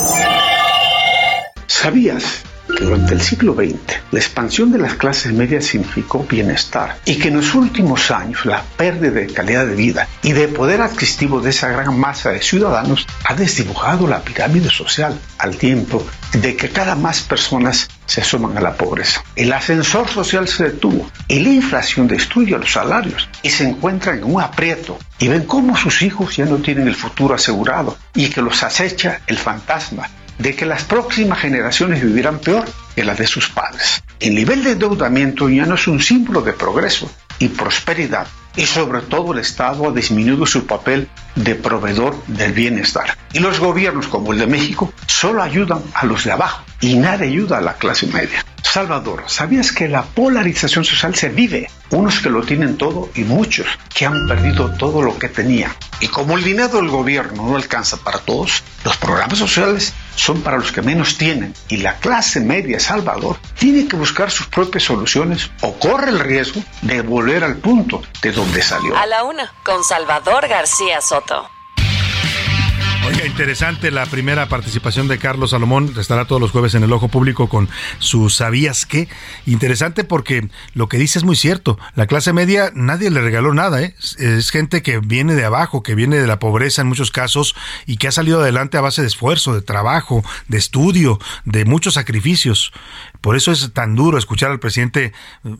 ¿Sabías que durante el siglo XX la expansión de las clases medias significó bienestar y que en los últimos años la pérdida de calidad de vida y de poder adquisitivo de esa gran masa de ciudadanos ha desdibujado la pirámide social al tiempo de que cada más personas se asoman a la pobreza? El ascensor social se detuvo y la inflación destruye los salarios y se encuentran en un aprieto y ven cómo sus hijos ya no tienen el futuro asegurado y que los acecha el fantasma de que las próximas generaciones vivirán peor que las de sus padres. El nivel de endeudamiento ya no es un símbolo de progreso y prosperidad, y sobre todo el Estado ha disminuido su papel de proveedor del bienestar. Y los gobiernos como el de México solo ayudan a los de abajo y nadie ayuda a la clase media. Salvador, ¿sabías que la polarización social se vive? Unos que lo tienen todo y muchos que han perdido todo lo que tenían. Y como el dinero del gobierno no alcanza para todos, los programas sociales son para los que menos tienen. Y la clase media, Salvador, tiene que buscar sus propias soluciones o corre el riesgo de volver al punto de donde salió. A la Una, con Salvador García Soto. Oiga, interesante la primera participación de Carlos Salomón. Estará todos los jueves en El Ojo Público con su ¿Sabías qué? Interesante porque lo que dice es muy cierto. La clase media nadie le regaló nada, ¿eh? Es gente que viene de abajo, que viene de la pobreza en muchos casos y que ha salido adelante a base de esfuerzo, de trabajo, de estudio, de muchos sacrificios. Por eso es tan duro escuchar al presidente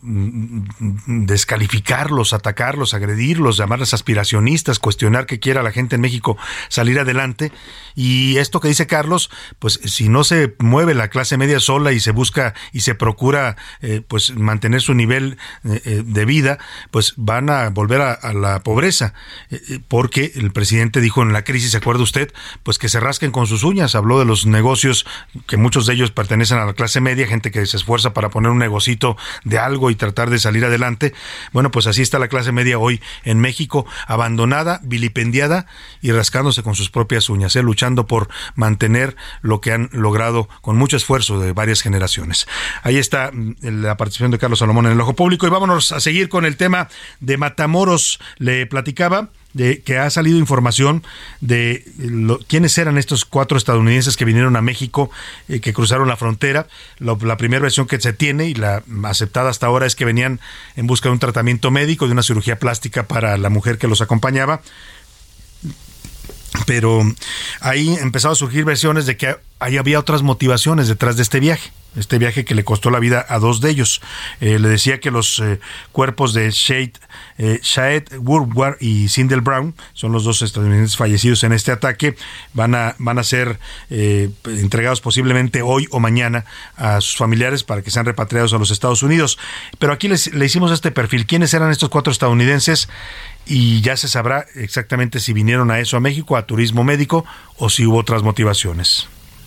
descalificarlos, atacarlos, agredirlos, llamarles aspiracionistas, cuestionar que quiera la gente en México salir adelante. Y esto que dice Carlos, pues si no se mueve la clase media sola y se busca y se procura pues mantener su nivel de vida, pues van a volver a la pobreza, porque el presidente dijo en la crisis, ¿se acuerda usted? Pues que se rasquen con sus uñas. Habló de los negocios, que muchos de ellos pertenecen a la clase media, gente que se esfuerza para poner un negocito de algo y tratar de salir adelante. Bueno, pues así está la clase media hoy en México, abandonada, vilipendiada y rascándose con sus propias uñas. uñas, luchando por mantener lo que han logrado con mucho esfuerzo de varias generaciones. Ahí está la participación de Carlos Salomón en El Ojo Público, y vámonos a seguir con el tema de Matamoros. Le platicaba de que ha salido información de quiénes eran estos 4 estadounidenses que vinieron a México, que cruzaron la frontera. La primera versión que se tiene y la aceptada hasta ahora es que venían en busca de un tratamiento médico, de una cirugía plástica para la mujer que los acompañaba. Pero ahí empezaron a surgir versiones de que ahí había otras motivaciones detrás de este viaje que le costó la vida a 2 de ellos. Le decía que los cuerpos de Shaed Woodward y Sindel Brown, son los 2 estadounidenses fallecidos en este ataque, van a ser entregados posiblemente hoy o mañana a sus familiares para que sean repatriados a los Estados Unidos. Pero aquí le hicimos este perfil. ¿Quiénes eran estos 4 estadounidenses? Y ya se sabrá exactamente si vinieron a eso, a México, a turismo médico, o si hubo otras motivaciones.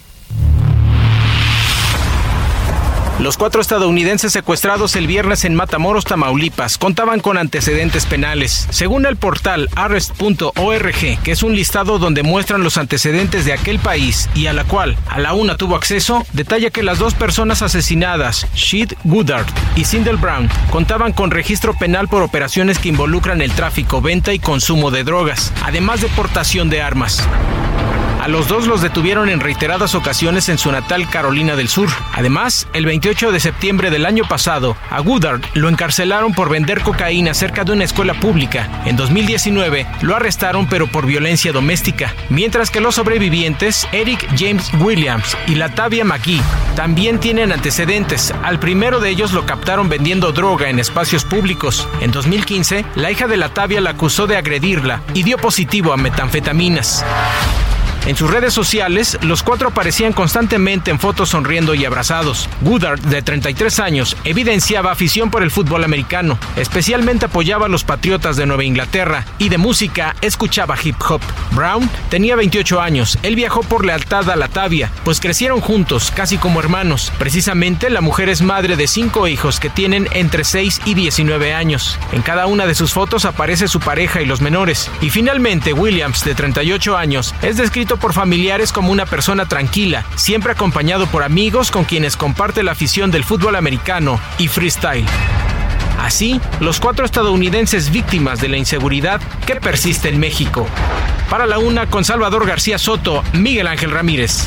Los 4 estadounidenses secuestrados el viernes en Matamoros, Tamaulipas, contaban con antecedentes penales. Según el portal arrest.org, que es un listado donde muestran los antecedentes de aquel país y a la cual A la Una tuvo acceso, detalla que las 2 personas asesinadas, Shaed Woodward y Sindel Brown, contaban con registro penal por operaciones que involucran el tráfico, venta y consumo de drogas, además de portación de armas. A los 2 los detuvieron en reiteradas ocasiones en su natal Carolina del Sur. Además, el 28 de septiembre del año pasado, a Woodward lo encarcelaron por vender cocaína cerca de una escuela pública. En 2019 lo arrestaron, pero por violencia doméstica. Mientras que los sobrevivientes, Eric James Williams y Latavia McGee, también tienen antecedentes. Al primero de ellos lo captaron vendiendo droga en espacios públicos. En 2015, la hija de Latavia la acusó de agredirla y dio positivo a metanfetaminas. En sus redes sociales, los 4 aparecían constantemente en fotos sonriendo y abrazados. Woodward, de 33 años, evidenciaba afición por el fútbol americano. Especialmente apoyaba a los Patriotas de Nueva Inglaterra y de música escuchaba hip hop. Brown tenía 28 años. Él viajó por lealtad a Latavia, pues crecieron juntos, casi como hermanos. Precisamente, la mujer es madre de 5 hijos que tienen entre 6 y 19 años. En cada una de sus fotos aparece su pareja y los menores. Y finalmente, Williams, de 38 años, es descrito por familiares como una persona tranquila, siempre acompañado por amigos con quienes comparte la afición del fútbol americano y freestyle. Así, los 4 estadounidenses víctimas de la inseguridad que persiste en México. Para La Una, con Salvador García Soto, Miguel Ángel Ramírez.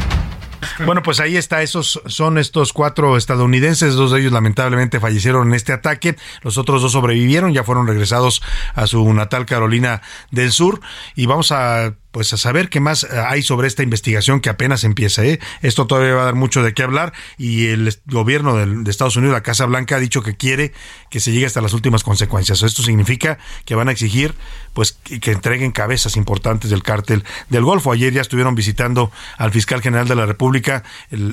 Bueno, pues ahí está, esos son estos 4 estadounidenses, 2 de ellos lamentablemente fallecieron en este ataque, los otros 2 sobrevivieron, ya fueron regresados a su natal Carolina del Sur, y vamos a saber qué más hay sobre esta investigación que apenas empieza. Esto todavía va a dar mucho de qué hablar, y el gobierno de Estados Unidos, la Casa Blanca, ha dicho que quiere que se llegue hasta las últimas consecuencias. Esto significa que van a exigir que entreguen cabezas importantes del cártel del Golfo. Ayer ya estuvieron visitando al fiscal general de la República,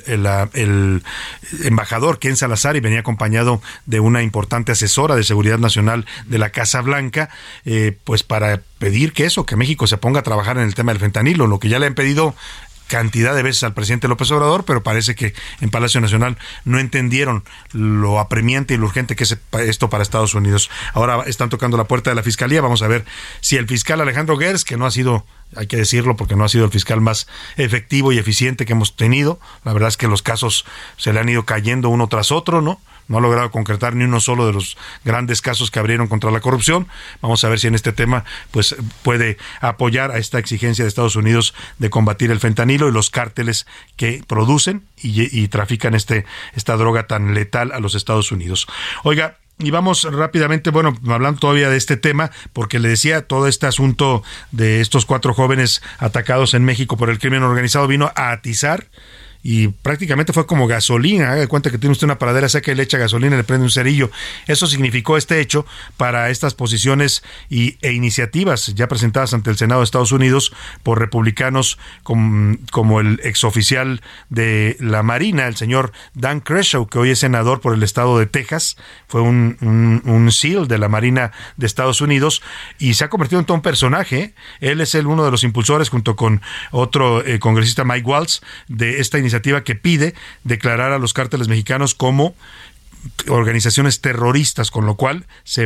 el embajador Ken Salazar, y venía acompañado de una importante asesora de seguridad nacional de la Casa Blanca, para pedir que México se ponga a trabajar en el tema del fentanilo, lo que ya le han pedido cantidad de veces al presidente López Obrador, pero parece que en Palacio Nacional no entendieron lo apremiante y lo urgente que es esto para Estados Unidos. Ahora están tocando la puerta de la Fiscalía. Vamos a ver si el fiscal Alejandro Gertz, que no ha sido, hay que decirlo, porque no ha sido el fiscal más efectivo y eficiente que hemos tenido. La verdad es que los casos se le han ido cayendo uno tras otro, ¿no? No ha logrado concretar ni uno solo de los grandes casos que abrieron contra la corrupción. Vamos a ver si en este tema puede apoyar a esta exigencia de Estados Unidos de combatir el fentanilo y los cárteles que producen y trafican esta droga tan letal a los Estados Unidos. Oiga, y vamos rápidamente, hablando todavía de este tema, porque le decía, todo este asunto de estos 4 jóvenes atacados en México por el crimen organizado vino a atizar, y prácticamente fue como gasolina. Haga de cuenta que tiene usted una paradera, saca y le echa gasolina y le prende un cerillo. Eso significó este hecho para estas posiciones e iniciativas ya presentadas ante el Senado de Estados Unidos por republicanos como el exoficial de la Marina, el señor Dan Crenshaw, que hoy es senador por el estado de Texas. Fue un SEAL de la Marina de Estados Unidos y se ha convertido en todo un personaje. Él es uno de los impulsores, junto con otro congresista, Mike Waltz, de esta iniciativa que pide declarar a los cárteles mexicanos como organizaciones terroristas, con lo cual se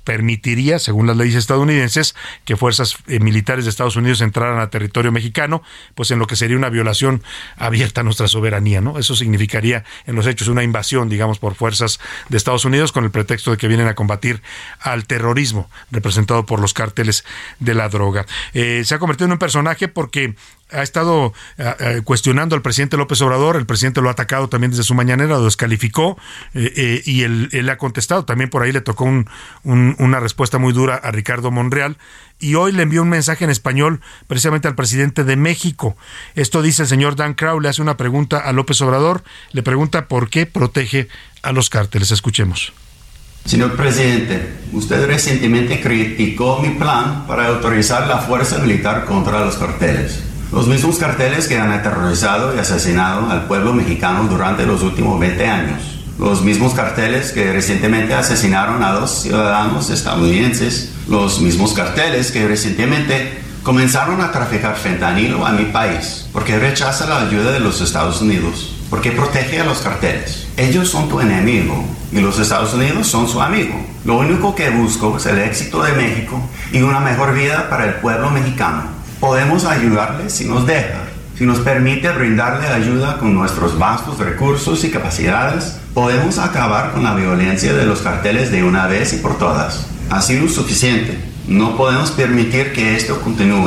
permitiría, según las leyes estadounidenses, que fuerzas militares de Estados Unidos entraran a territorio mexicano, pues en lo que sería una violación abierta a nuestra soberanía, ¿no? Eso significaría en los hechos una invasión, digamos, por fuerzas de Estados Unidos con el pretexto de que vienen a combatir al terrorismo representado por los cárteles de la droga. Se ha convertido en un personaje porque ha estado cuestionando al presidente López Obrador. El presidente lo ha atacado también desde su mañanera, lo descalificó, y él ha contestado. También por ahí le tocó una respuesta muy dura a Ricardo Monreal, y hoy le envió un mensaje en español precisamente al presidente de México. Esto dice el señor Dan Crow, le hace una pregunta a López Obrador, le pregunta por qué protege a los cárteles. Escuchemos. Señor presidente, usted recientemente criticó mi plan para autorizar la fuerza militar contra los carteles. Los mismos carteles que han aterrorizado y asesinado al pueblo mexicano durante los últimos 20 años. Los mismos carteles que recientemente asesinaron a 2 ciudadanos estadounidenses. Los mismos carteles que recientemente comenzaron a traficar fentanilo a mi país. Porque rechaza la ayuda de los Estados Unidos. Porque protege a los carteles. Ellos son tu enemigo y los Estados Unidos son su amigo. Lo único que busco es el éxito de México y una mejor vida para el pueblo mexicano. Podemos ayudarle si nos deja, si nos permite brindarle ayuda con nuestros vastos recursos y capacidades. Podemos acabar con la violencia de los carteles de una vez y por todas. Ha sido suficiente. No podemos permitir que esto continúe.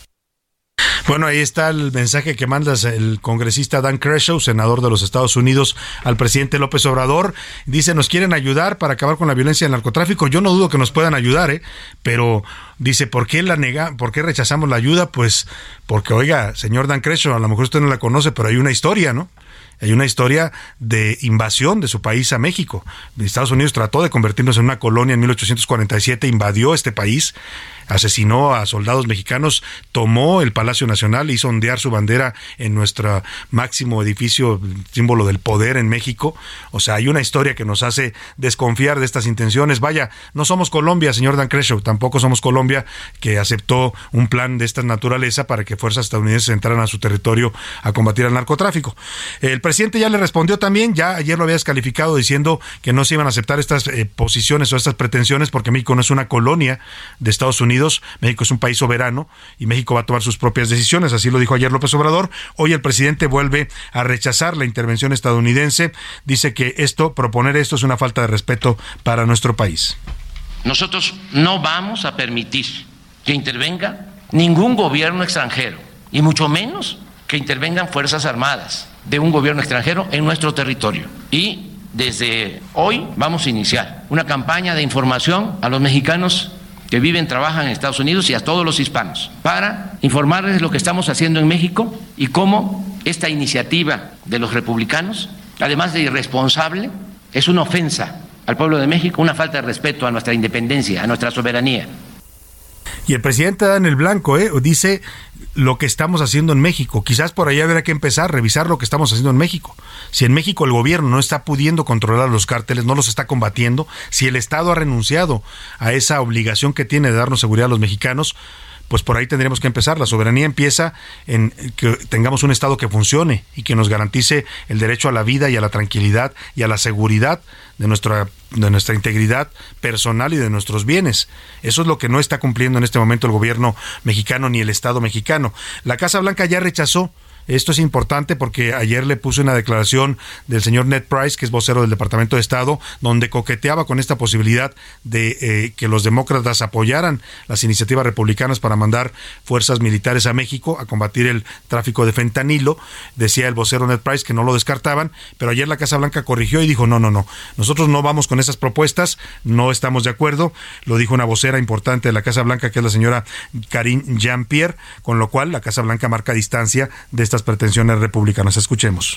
Bueno, ahí está el mensaje que manda el congresista Dan Crenshaw, senador de los Estados Unidos, al presidente López Obrador. Dice, nos quieren ayudar para acabar con la violencia del narcotráfico. Yo no dudo que nos puedan ayudar, pero dice, ¿por qué rechazamos la ayuda? Pues porque, oiga, señor Dan Crenshaw, a lo mejor usted no la conoce, pero hay una historia, ¿no? Hay una historia de invasión de su país a México. Estados Unidos trató de convertirnos en una colonia en 1847, invadió este país, asesinó a soldados mexicanos, tomó el Palacio Nacional, hizo ondear su bandera en nuestro máximo edificio, símbolo del poder en México. O sea, hay una historia que nos hace desconfiar de estas intenciones. Vaya, no somos Colombia, señor Dan Crenshaw, tampoco somos Colombia, que aceptó un plan de esta naturaleza para que fuerzas estadounidenses entraran a su territorio a combatir al narcotráfico. El presidente ya le respondió también, ya ayer lo había descalificado diciendo que no se iban a aceptar estas posiciones o estas pretensiones porque México no es una colonia de Estados Unidos. México es un país soberano y México va a tomar sus propias decisiones, así lo dijo ayer López Obrador. Hoy el presidente vuelve a rechazar la intervención estadounidense, dice que proponer esto es una falta de respeto para nuestro país. Nosotros no vamos a permitir que intervenga ningún gobierno extranjero, y mucho menos que intervengan fuerzas armadas de un gobierno extranjero en nuestro territorio. Y desde hoy vamos a iniciar una campaña de información a los mexicanos que viven, trabajan en Estados Unidos y a todos los hispanos, para informarles lo que estamos haciendo en México y cómo esta iniciativa de los republicanos, además de irresponsable, es una ofensa al pueblo de México, una falta de respeto a nuestra independencia, a nuestra soberanía. Y el presidente da en el blanco, dice lo que estamos haciendo en México. Quizás por ahí habrá que empezar a revisar lo que estamos haciendo en México. Si en México el gobierno no está pudiendo controlar los cárteles, no los está combatiendo, si el Estado ha renunciado a esa obligación que tiene de darnos seguridad a los mexicanos, pues por ahí tendríamos que empezar. La soberanía empieza en que tengamos un Estado que funcione y que nos garantice el derecho a la vida y a la tranquilidad y a la seguridad de nuestra integridad personal y de nuestros bienes. Eso es lo que no está cumpliendo en este momento el gobierno mexicano ni el Estado mexicano. La Casa Blanca ya rechazó. Esto es importante porque ayer le puse una declaración del señor Ned Price, que es vocero del Departamento de Estado, donde coqueteaba con esta posibilidad de que los demócratas apoyaran las iniciativas republicanas para mandar fuerzas militares a México a combatir el tráfico de fentanilo. Decía el vocero Ned Price que no lo descartaban, pero ayer la Casa Blanca corrigió y dijo no, nosotros no vamos con esas propuestas, no estamos de acuerdo. Lo dijo una vocera importante de la Casa Blanca, que es la señora Karine Jean-Pierre, con lo cual la Casa Blanca marca distancia de estas pretensiones republicanas. Escuchemos.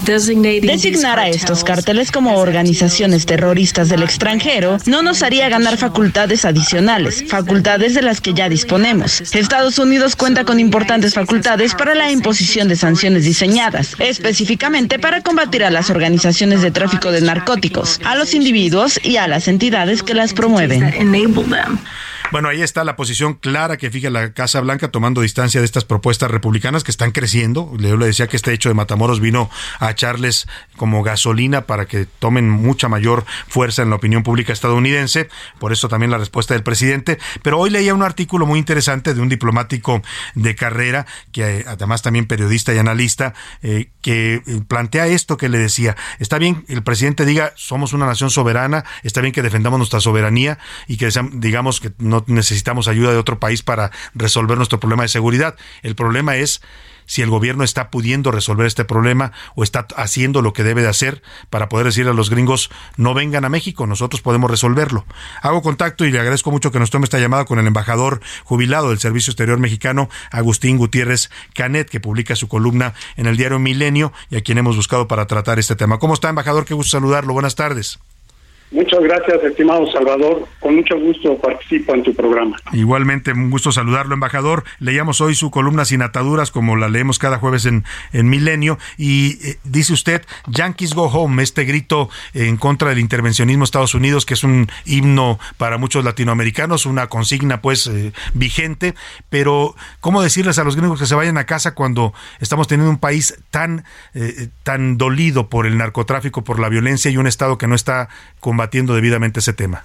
Designar a estos cárteles como organizaciones terroristas del extranjero no nos haría ganar facultades adicionales, facultades de las que ya disponemos. Estados Unidos cuenta con importantes facultades para la imposición de sanciones diseñadas, específicamente para combatir a las organizaciones de tráfico de narcóticos, a los individuos y a las entidades que las promueven. Bueno, ahí está la posición clara que fija la Casa Blanca, tomando distancia de estas propuestas republicanas que están creciendo. Yo le decía que este hecho de Matamoros vino a echarles como gasolina para que tomen mucha mayor fuerza en la opinión pública estadounidense. Por eso también la respuesta del presidente. Pero hoy leía un artículo muy interesante de un diplomático de carrera, que además también periodista y analista, que plantea esto que le decía. Está bien el presidente diga, somos una nación soberana, está bien que defendamos nuestra soberanía y que digamos que no necesitamos ayuda de otro país para resolver nuestro problema de seguridad. El problema es si el gobierno está pudiendo resolver este problema o está haciendo lo que debe de hacer para poder decirle a los gringos, no vengan a México, nosotros podemos resolverlo. Hago contacto y le agradezco mucho que nos tome esta llamada con el embajador jubilado del Servicio Exterior Mexicano, Agustín Gutiérrez Canet, que publica su columna en el diario Milenio y a quien hemos buscado para tratar este tema. ¿Cómo está, embajador? Qué gusto saludarlo. Buenas tardes. Muchas gracias, estimado Salvador. Con mucho gusto participo en tu programa. Igualmente, un gusto saludarlo, embajador. Leíamos hoy su columna Sin Ataduras, como la leemos cada jueves en Milenio, y dice usted, Yankees go home, este grito en contra del intervencionismo de Estados Unidos, que es un himno para muchos latinoamericanos, una consigna pues vigente, pero ¿cómo decirles a los gringos que se vayan a casa cuando estamos teniendo un país tan dolido por el narcotráfico, por la violencia y un Estado que no está combatiendo debidamente ese tema?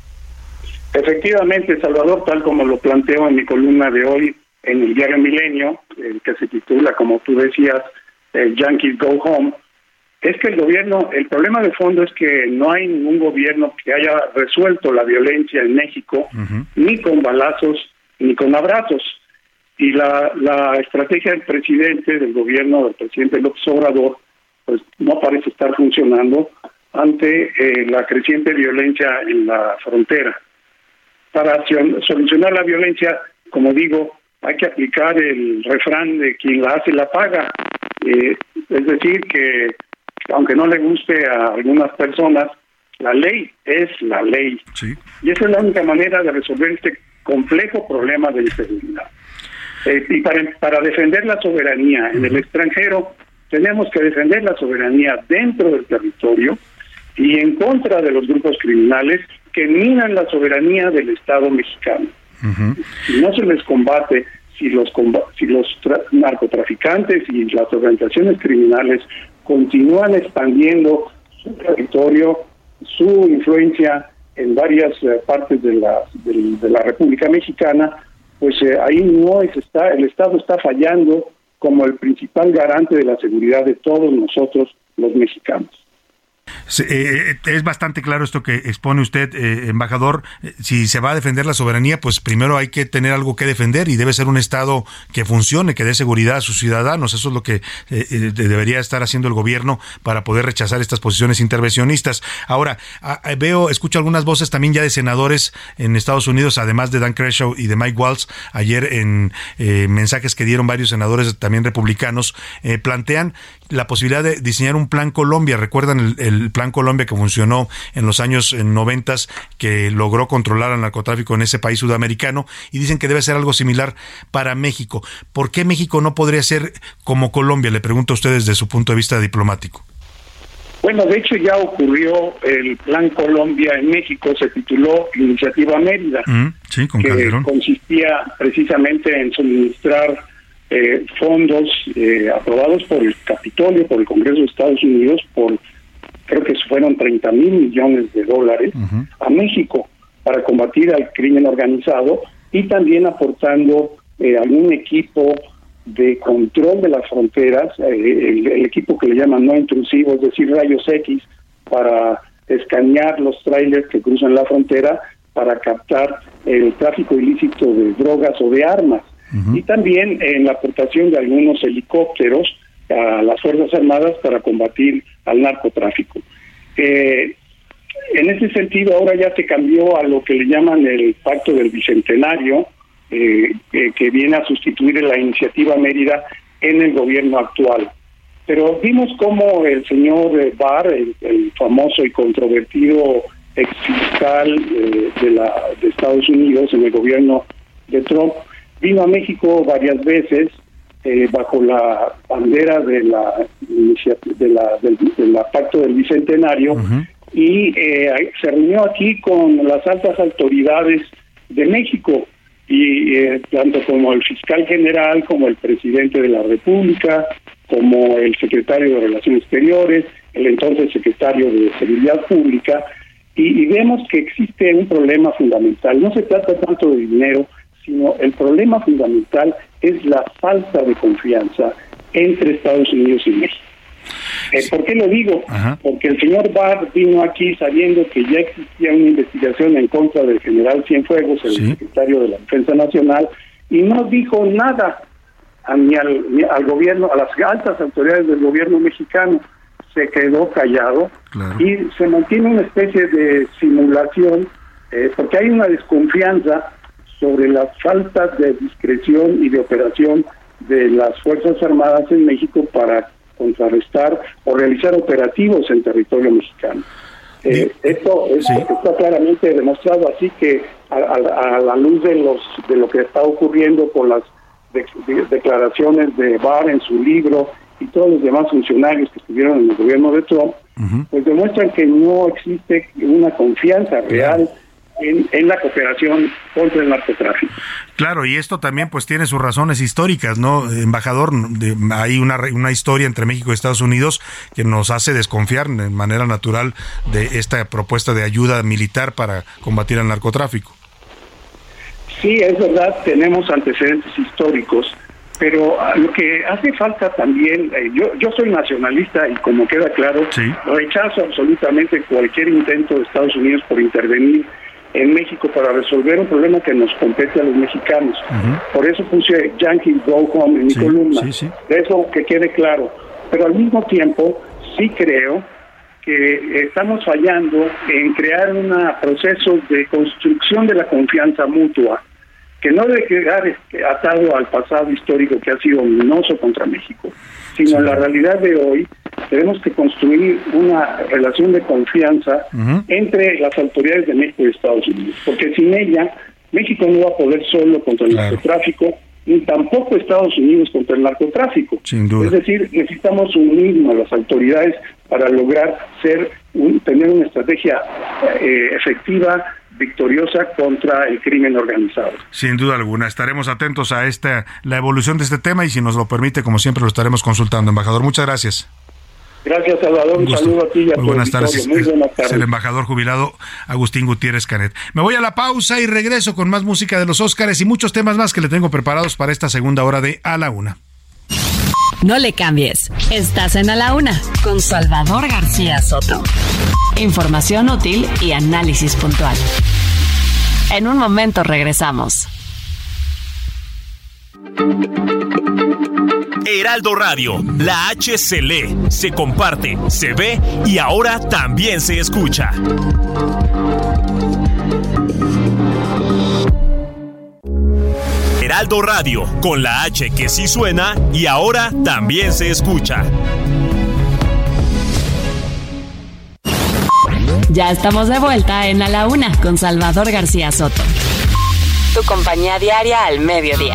Efectivamente, Salvador, tal como lo planteo en mi columna de hoy en el diario Milenio, que se titula, como tú decías, Yankees Go Home, es que el problema de fondo es que no hay ningún gobierno que haya resuelto la violencia en México, ni con balazos, ni con abrazos. Y la estrategia del presidente, del gobierno del presidente López Obrador, pues no parece estar funcionando ante la creciente violencia en la frontera. Para solucionar la violencia, como digo, hay que aplicar el refrán de quien la hace la paga. Es decir, que aunque no le guste a algunas personas, la ley es la ley. Sí. Y esa es la única manera de resolver este complejo problema de inseguridad. Y para defender la soberanía en el extranjero, tenemos que defender la soberanía dentro del territorio y en contra de los grupos criminales que minan la soberanía del Estado mexicano. Si no se les combate, si los narcotraficantes y las organizaciones criminales continúan expandiendo su territorio, su influencia en varias partes de la República Mexicana, pues ahí el Estado está fallando como el principal garante de la seguridad de todos nosotros, los mexicanos. Es bastante claro esto que expone usted, embajador. Si se va a defender la soberanía, pues primero hay que tener algo que defender y debe ser un Estado que funcione, que dé seguridad a sus ciudadanos. Eso es lo que debería estar haciendo el gobierno para poder rechazar estas posiciones intervencionistas. Ahora, escucho algunas voces también ya de senadores en Estados Unidos, además de Dan Crenshaw y de Mike Waltz. Ayer en mensajes que dieron varios senadores también republicanos, plantean la posibilidad de diseñar un Plan Colombia. ¿Recuerdan el Plan Colombia que funcionó en los años 90, que logró controlar al narcotráfico en ese país sudamericano? Y dicen que debe ser algo similar para México. ¿Por qué México no podría ser como Colombia? Le pregunto a usted desde su punto de vista diplomático. Bueno, de hecho ya ocurrió el Plan Colombia en México, se tituló Iniciativa Mérida, sí, con que Calderón. consistía precisamente en suministrar fondos aprobados por el Capitolio, por el Congreso de Estados Unidos, creo que fueron $30,000 millones a México para combatir al crimen organizado y también aportando algún equipo de control de las fronteras, el equipo que le llaman no intrusivo, es decir, rayos X, para escanear los trailers que cruzan la frontera para captar el tráfico ilícito de drogas o de armas. Y también en la aportación de algunos helicópteros a las Fuerzas Armadas para combatir al narcotráfico. En ese sentido, ahora ya se cambió a lo que le llaman el Pacto del Bicentenario, que viene a sustituir la Iniciativa Mérida en el gobierno actual. Pero vimos cómo el señor Barr, el famoso y controvertido exfiscal de Estados Unidos en el gobierno de Trump, vino a México varias veces bajo la bandera de la Pacto del Bicentenario y se reunió aquí con las altas autoridades de México. Y tanto como el fiscal general, como el presidente de la República, como el secretario de Relaciones Exteriores, el entonces secretario de Seguridad Pública, y vemos que existe un problema fundamental. No se trata tanto de dinero, sino el problema fundamental es la falta de confianza entre Estados Unidos y México. ¿Por qué lo digo? Porque el señor Barr vino aquí sabiendo que ya existía una investigación en contra del general Cienfuegos, el secretario de la Defensa Nacional, y no dijo nada ni al gobierno, a las altas autoridades del gobierno mexicano. Se quedó callado y se mantiene una especie de simulación, porque hay una desconfianza sobre las faltas de discreción y de operación de las Fuerzas Armadas en México para contrarrestar o realizar operativos en territorio mexicano. Esto está claramente demostrado, así que a la luz de lo que está ocurriendo con las declaraciones de Barr en su libro y todos los demás funcionarios que estuvieron en el gobierno de Trump, pues demuestran que no existe una confianza real en la cooperación contra el narcotráfico. Claro, y esto también pues tiene sus razones históricas, ¿no, embajador? Hay una historia entre México y Estados Unidos que nos hace desconfiar de manera natural de esta propuesta de ayuda militar para combatir el narcotráfico. Sí, es verdad, tenemos antecedentes históricos, pero lo que hace falta también, yo soy nacionalista y como queda claro, rechazo absolutamente cualquier intento de Estados Unidos por intervenir en México para resolver un problema que nos compete a los mexicanos. Por eso puse Yankees Go Home en mi columna. De eso que quede claro. Pero al mismo tiempo, sí creo que estamos fallando en crear un proceso de construcción de la confianza mutua, que no debe quedar atado al pasado histórico que ha sido ominoso contra México, sino en la realidad de hoy tenemos que construir una relación de confianza entre las autoridades de México y Estados Unidos, porque sin ella México no va a poder solo contra el narcotráfico, ni tampoco Estados Unidos contra el narcotráfico. Sin duda. Es decir, necesitamos unirnos a las autoridades para lograr tener una estrategia efectiva, victoriosa contra el crimen organizado. Sin duda alguna, estaremos atentos a la evolución de este tema y si nos lo permite, como siempre, lo estaremos consultando. Embajador, muchas gracias. Gracias, Salvador. Un saludo a ti y a tu buenas tardes. Muy buenas tardes. Es el embajador jubilado Agustín Gutiérrez Canet. Me voy a la pausa y regreso con más música de los Óscares y muchos temas más que le tengo preparados para esta segunda hora de A la Una. No le cambies. Estás en A la Una con Salvador García Soto. Información útil y análisis puntual. En un momento regresamos. Heraldo Radio, la H se lee, se comparte, se ve y ahora también se escucha. Heraldo Radio, con la H que sí suena y ahora también se escucha. Ya estamos de vuelta en A la Una con Salvador García Soto. Tu compañía diaria al mediodía.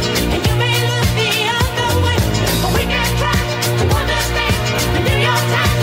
New York Times.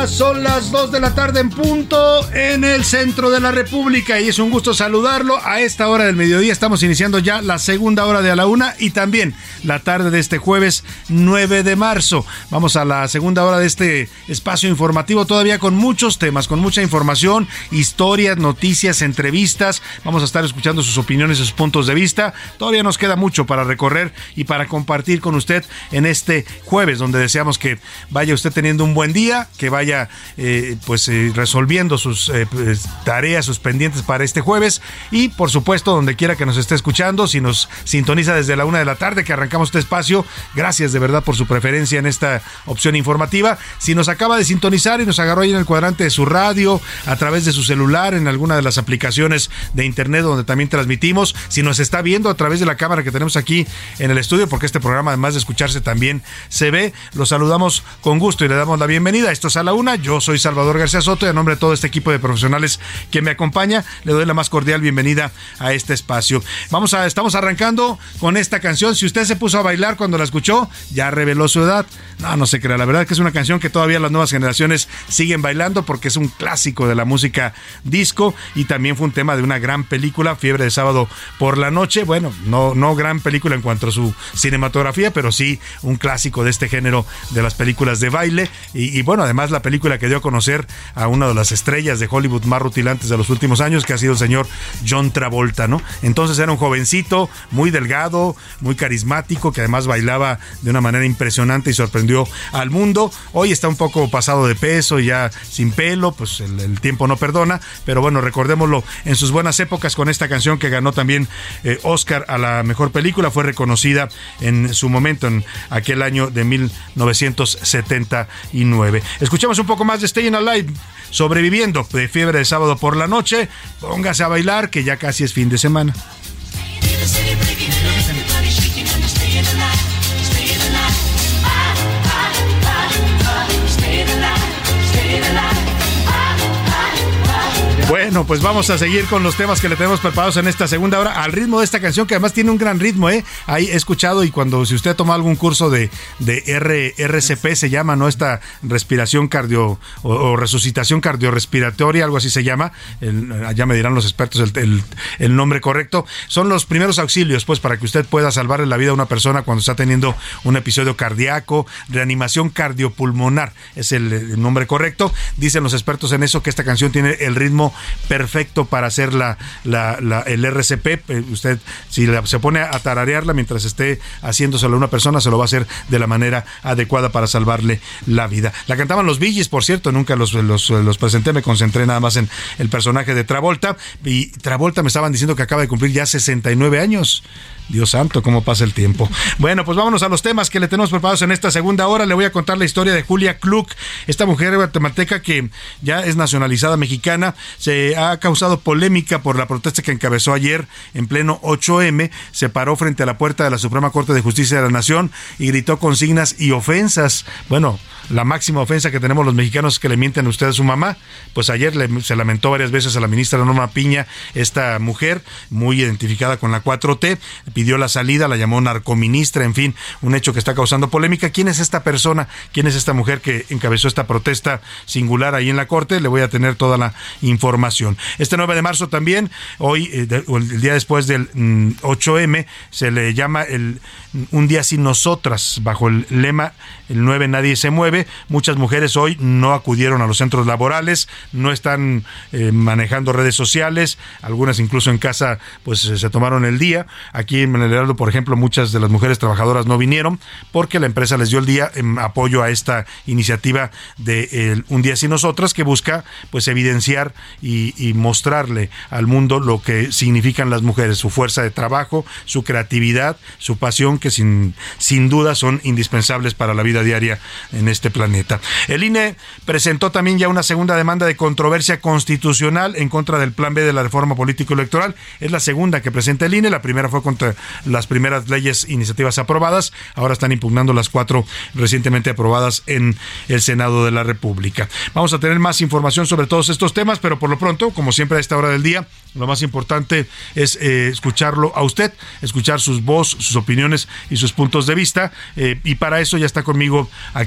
Son las 2 de la tarde en punto en el centro de la República y es un gusto saludarlo. A esta hora del mediodía estamos iniciando ya la segunda hora de A la Una y también la tarde de este jueves 9 de marzo. Vamos a la segunda hora de este espacio informativo todavía con muchos temas, con mucha información, historias, noticias, entrevistas. Vamos a estar escuchando sus opiniones, sus puntos de vista. Todavía nos queda mucho para recorrer y para compartir con usted en este jueves, donde deseamos que vaya usted teniendo un buen día, que vaya resolviendo sus tareas, sus pendientes para este jueves y por supuesto donde quiera que nos esté escuchando, si nos sintoniza desde la 1 de la tarde que arrancamos este espacio, gracias de verdad por su preferencia en esta opción informativa. Si nos acaba de sintonizar y nos agarró ahí en el cuadrante de su radio, a través de su celular, en alguna de las aplicaciones de internet donde también transmitimos, si nos está viendo a través de la cámara que tenemos aquí en el estudio, porque este programa además de escucharse también se ve, los saludamos con gusto y le damos la bienvenida. Esto es A la Una, yo soy Salvador García Soto y a nombre de todo este equipo de profesionales que me acompaña, le doy la más cordial bienvenida a este espacio. Estamos arrancando con esta canción. Si usted se puso a bailar cuando la escuchó, ya reveló su edad. No se crea, la verdad es que es una canción que todavía las nuevas generaciones siguen bailando porque es un clásico de la música disco y también fue un tema de una gran película, Fiebre de Sábado por la Noche. Bueno, no gran película en cuanto a su cinematografía, pero sí un clásico de este género de las películas de baile y bueno, además la película que dio a conocer a una de las estrellas de Hollywood más rutilantes de los últimos años, que ha sido el señor John Travolta, ¿no? Entonces era un jovencito muy delgado, muy carismático, que además bailaba de una manera impresionante y sorprendió al mundo. Hoy está un poco pasado de peso y ya sin pelo, pues el tiempo no perdona, pero bueno, recordémoslo en sus buenas épocas con esta canción que ganó también Oscar a la mejor película, fue reconocida en su momento en aquel año de 1979. Escuchamos un poco más de Staying Alive, Sobreviviendo, de Fiebre de Sábado por la Noche. Póngase a bailar que ya casi es fin de semana. Bueno, pues vamos a seguir con los temas que le tenemos preparados en esta segunda hora, al ritmo de esta canción que además tiene un gran ritmo, Ahí he escuchado y si usted toma algún curso de RCP se llama, ¿no? Esta respiración cardio o resucitación cardiorrespiratoria, algo así se llama, allá me dirán los expertos el nombre correcto. Son los primeros auxilios, pues, para que usted pueda salvarle la vida a una persona cuando está teniendo un episodio cardíaco. Reanimación cardiopulmonar es el nombre correcto. Dicen los expertos en eso que esta canción tiene el ritmo perfecto para hacer el RCP. Usted, si se pone a tararearla mientras esté haciéndoselo a una persona, se lo va a hacer de la manera adecuada para salvarle la vida. La cantaban los Bee Gees, por cierto, nunca los presenté, me concentré nada más en el personaje de Travolta, y Travolta me estaban diciendo que acaba de cumplir ya 69 años. Dios santo, cómo pasa el tiempo. Bueno, pues vámonos a los temas que le tenemos preparados en esta segunda hora. Le voy a contar la historia de Julia Klug, esta mujer guatemalteca que ya es nacionalizada mexicana. Se ha causado polémica por la protesta que encabezó ayer en pleno 8M. Se paró frente a la puerta de la Suprema Corte de Justicia de la Nación y gritó consignas y ofensas. Bueno, la máxima ofensa que tenemos los mexicanos es que le mienten a usted a su mamá. Pues ayer se lamentó varias veces a la ministra Norma Piña, esta mujer muy identificada con la 4T, pidió la salida, la llamó narcoministra, en fin, un hecho que está causando polémica. ¿Quién es esta persona? ¿Quién es esta mujer que encabezó esta protesta singular ahí en la Corte? Le voy a tener toda la información. Este 9 de marzo también, hoy, el día después del 8M, se le llama un día sin nosotras, bajo el lema el 9 nadie se mueve. Muchas mujeres hoy no acudieron a los centros laborales, no están manejando redes sociales, algunas incluso en casa pues se tomaron el día. Aquí en el Heraldo, por ejemplo, muchas de las mujeres trabajadoras no vinieron porque la empresa les dio el día en apoyo a esta iniciativa de Un Día Sin Nosotras, que busca pues evidenciar y mostrarle al mundo lo que significan las mujeres, su fuerza de trabajo, su creatividad, su pasión, que sin duda son indispensables para la vida diaria en este planeta. El INE presentó también ya una segunda demanda de controversia constitucional en contra del Plan B de la reforma político-electoral. Es la segunda que presenta el INE. La primera fue contra las primeras leyes, iniciativas aprobadas. Ahora están impugnando las 4 recientemente aprobadas en el Senado de la República. Vamos a tener más información sobre todos estos temas, pero por lo pronto, como siempre a esta hora del día, lo más importante es escucharlo a usted, escuchar sus voces, sus opiniones y sus puntos de vista, y para eso ya está conmigo aquí en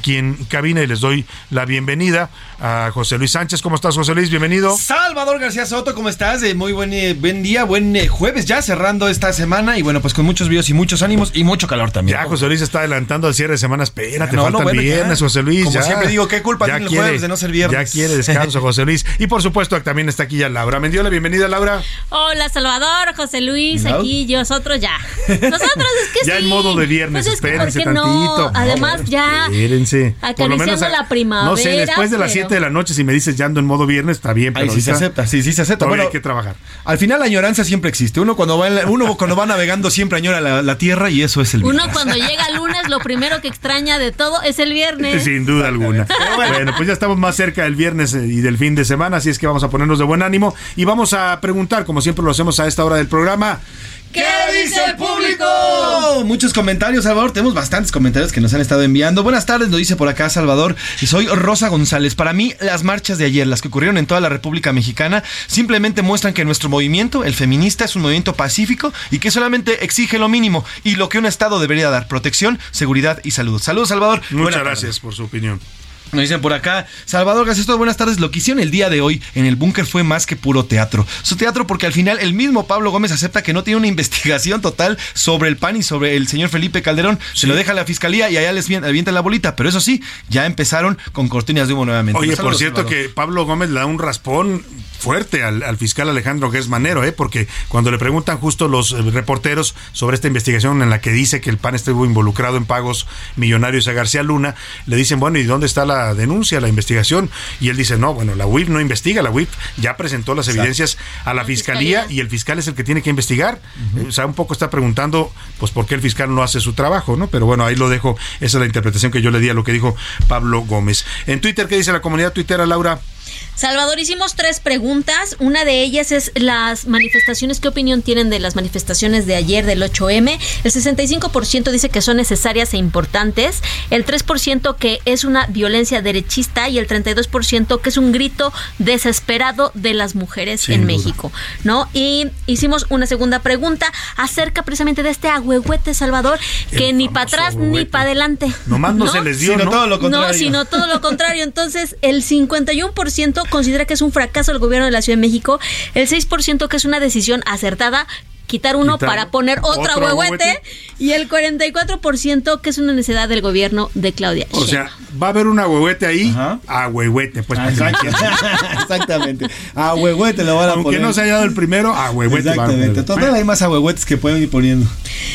cabina y les doy la bienvenida a José Luis Sánchez. ¿Cómo estás, José Luis? Bienvenido. Salvador García Soto, ¿cómo estás? Muy buen día, buen jueves ya, cerrando esta semana y bueno, pues con muchos videos y muchos ánimos y mucho calor también. Ya, José Luis está adelantando al cierre de semana. Espérate, falta el viernes, José Luis. Como ya. siempre digo, ¿qué culpa tiene el jueves de no ser viernes? Ya quiere descanso, José Luis. Y por supuesto, también está aquí ya Laura Mendiola. Bienvenida, Laura. Hola, Salvador, José Luis, ¿no? Aquí nosotros ya. Nosotros es que ya sí. en modo de viernes, pues espérense tantito. No, además ya espérense. Acariciando la primavera. No sé, después de las 7 de la noche, si me dices ya ando en modo viernes, está bien, pero sí se acepta, sí se acepta. Bueno, hay que trabajar. Al final la añoranza siempre existe. Uno cuando va navegando siempre añora la tierra y eso es el viernes. Uno cuando llega lunes, lo primero que extraña de todo es el viernes. Sin duda alguna. Bueno, pues ya estamos más cerca del viernes y del fin de semana, así es que vamos a ponernos de buen ánimo y vamos a preguntar, como siempre lo hacemos a esta hora del programa, ¿qué dice el público? Muchos comentarios, Salvador. Tenemos bastantes comentarios que nos han estado enviando. Buenas tardes, lo dice por acá Salvador. Y soy Rosa González. Para mí, las marchas de ayer, las que ocurrieron en toda la República Mexicana, simplemente muestran que nuestro movimiento, el feminista, es un movimiento pacífico y que solamente exige lo mínimo y lo que un Estado debería dar: protección, seguridad y salud. Saludos, Salvador. Muchas gracias por su opinión. Nos dicen por acá, Salvador García, buenas tardes. Lo que hicieron el día de hoy en el búnker fue más que puro teatro. Su teatro porque al final el mismo Pablo Gómez acepta que no tiene una investigación total sobre el PAN y sobre el señor Felipe Calderón. Sí. Se lo deja a la fiscalía y allá les avientan la bolita. Pero eso sí, ya empezaron con cortinas de humo nuevamente. Oye, Saludos, por cierto, Salvador, que Pablo Gómez le da un raspón fuerte al fiscal Alejandro Gersmanero, porque cuando le preguntan justo los reporteros sobre esta investigación en la que dice que el PAN estuvo involucrado en pagos millonarios a García Luna, le dicen, bueno, ¿y dónde está la denuncia, la investigación? Y él dice, no, bueno, la UIF no investiga, la UIF ya presentó las evidencias a la fiscalía y el fiscal es el que tiene que investigar. O sea, un poco está preguntando, pues, ¿por qué el fiscal no hace su trabajo, no? Pero bueno, ahí lo dejo, esa es la interpretación que yo le di a lo que dijo Pablo Gómez. En Twitter, ¿qué dice la comunidad tuitera, Laura? Salvador, hicimos 3 preguntas. Una de ellas es las manifestaciones. ¿Qué opinión tienen de las manifestaciones de ayer del 8M? El 65% dice que son necesarias e importantes. El 3% que es una violencia derechista y el 32% que es un grito desesperado de las mujeres en México, ¿no? Y hicimos una segunda pregunta acerca precisamente de este agüehuete, Salvador, que ni para atrás ni para adelante. Nomás no se les dio, sino todo lo contrario. No, sino todo lo contrario. Entonces, el 51% considera que es un fracaso del gobierno de la Ciudad de México, el 6% que es una decisión acertada, quitar uno para poner otro agüehuete, y el 44% que es una necesidad del gobierno de Claudia Sheinbaum. O sea, va a haber un agüehuete ahí, agüehuete, pues. Exactamente. Agüehuete lo van a Aunque poner. no se haya dado el primero, agüehuete. Exactamente. Total, hay más agüehuetes que pueden ir poniendo.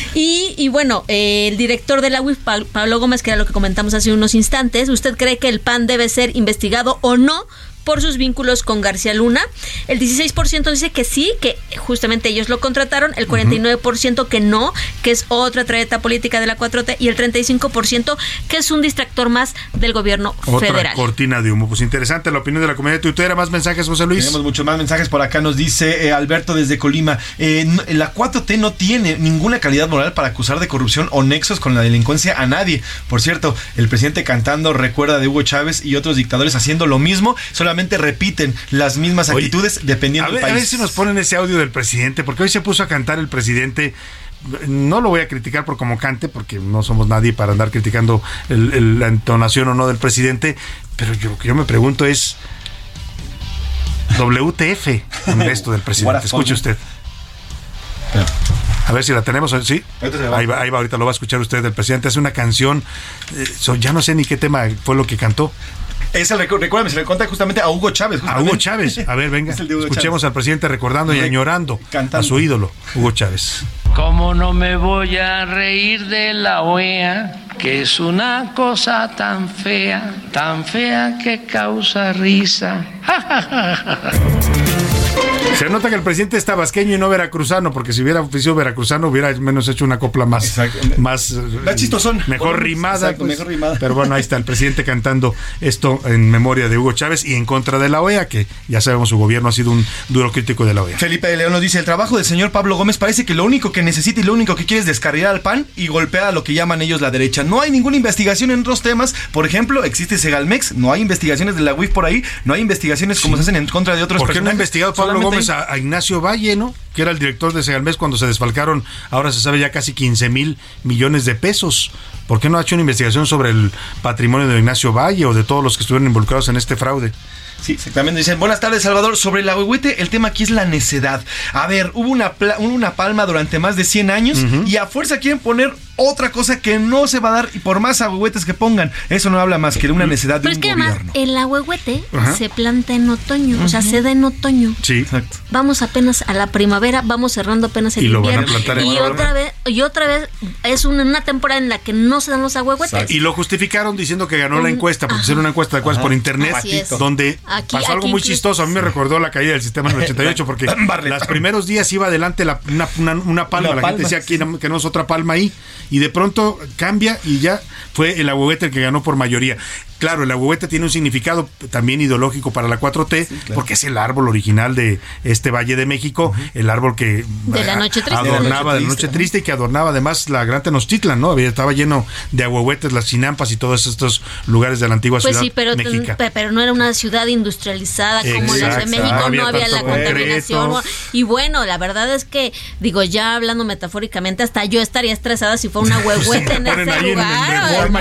Y bueno, el director de la UIF, Pablo Gómez, que era lo que comentamos hace unos instantes, ¿usted cree que el PAN debe ser investigado o no por sus vínculos con García Luna? El 16% dice que sí, que justamente ellos lo contrataron, el 49% que no, que es otra trayeta política de la 4T, y el 35% que es un distractor más del gobierno federal. Otra cortina de humo. Pues interesante la opinión de la comunidad tuitera. Más mensajes, José Luis. Tenemos muchos más mensajes por acá. Nos dice Alberto desde Colima, la 4T no tiene ninguna calidad moral para acusar de corrupción o nexos con la delincuencia a nadie. Por cierto, el presidente cantando recuerda de Hugo Chávez y otros dictadores haciendo lo mismo, solamente repiten las mismas actitudes dependiendo del país. A ver si nos ponen ese audio del presidente, porque hoy se puso a cantar el presidente. No lo voy a criticar por cómo cante, porque no somos nadie para andar criticando la entonación o no del presidente, pero yo me pregunto es WTF con esto del presidente. Escuche usted. A ver si la tenemos, ¿sí? Ahí va, ahorita lo va a escuchar usted. El presidente hace una canción, ya no sé ni qué tema fue lo que cantó. Recuérdame, se le cuenta justamente a Hugo Chávez. A Hugo Chávez. A ver, venga, escuchemos Chávez. Al presidente recordando y añorando a su ídolo, Hugo Chávez. ¿Cómo no me voy a reír de la OEA? Que es una cosa tan fea que causa risa. Se nota que el presidente es tabasqueño y no veracruzano, porque si hubiera sido veracruzano hubiera al menos hecho una copla más chistosón, mejor rimada, exacto, mejor rimada. Pero bueno, ahí está el presidente cantando esto en memoria de Hugo Chávez y en contra de la OEA, que ya sabemos su gobierno ha sido un duro crítico de la OEA. Felipe de León nos dice: el trabajo del señor Pablo Gómez parece que lo único que necesita y lo único que quiere es descarrilar al PAN y golpear a lo que llaman ellos la derecha. No hay ninguna investigación en otros temas. Por ejemplo, existe Segalmex, no hay investigaciones de la UIF por ahí, no hay investigaciones como se hacen en contra de otros personajes. ¿Por qué no ha investigado Pablo Gómez hay... a Ignacio Valle, ¿no? Que era el director de Segalmex cuando se desfalcaron, ahora se sabe ya casi 15,000 millones de pesos. ¿por qué no ha hecho una investigación sobre el patrimonio de Ignacio Valle o de todos los que estuvieron involucrados en este fraude? Sí, exactamente. Dicen, buenas tardes, Salvador. Sobre el ahuehuete, el tema aquí es la necedad. A ver, hubo una palma durante más de 100 años y a fuerza quieren poner otra cosa que no se va a dar, y por más ahuehuetes que pongan, eso no habla más que de una necedad de un gobierno. Pero es que además el ahuehuete se planta en otoño, o sea, se da en otoño. Sí, exacto. Vamos apenas a la primavera, vamos cerrando apenas el invierno. Van a plantar y otra vez es una temporada en la que no se dan los ahuehuetes. Exacto. Y lo justificaron diciendo que ganó la encuesta, porque hicieron una encuesta de acuerdas por internet, donde pasó algo muy chistoso. A mí me recordó la caída del sistema en el 88, porque los primeros días iba adelante una palma, la gente decía que no es otra palma ahí, y de pronto cambia y ya fue el ahuehuete el que ganó por mayoría. Claro, el ahuehuete tiene un significado también ideológico para la 4T, porque es el árbol original de este Valle de México, el árbol que de la noche triste, adornaba de la noche triste, y que adornaba además la Gran Tenochtitlan, ¿no? Estaba lleno de ahuehuetes, las chinampas y todos estos lugares de la antigua ciudad mexica. Pero no era una ciudad industrializada como la de México, no había la contaminación. Y bueno, la verdad es que, digo, ya hablando metafóricamente, hasta yo estaría estresada si fuera un ahuehuete en ese lugar.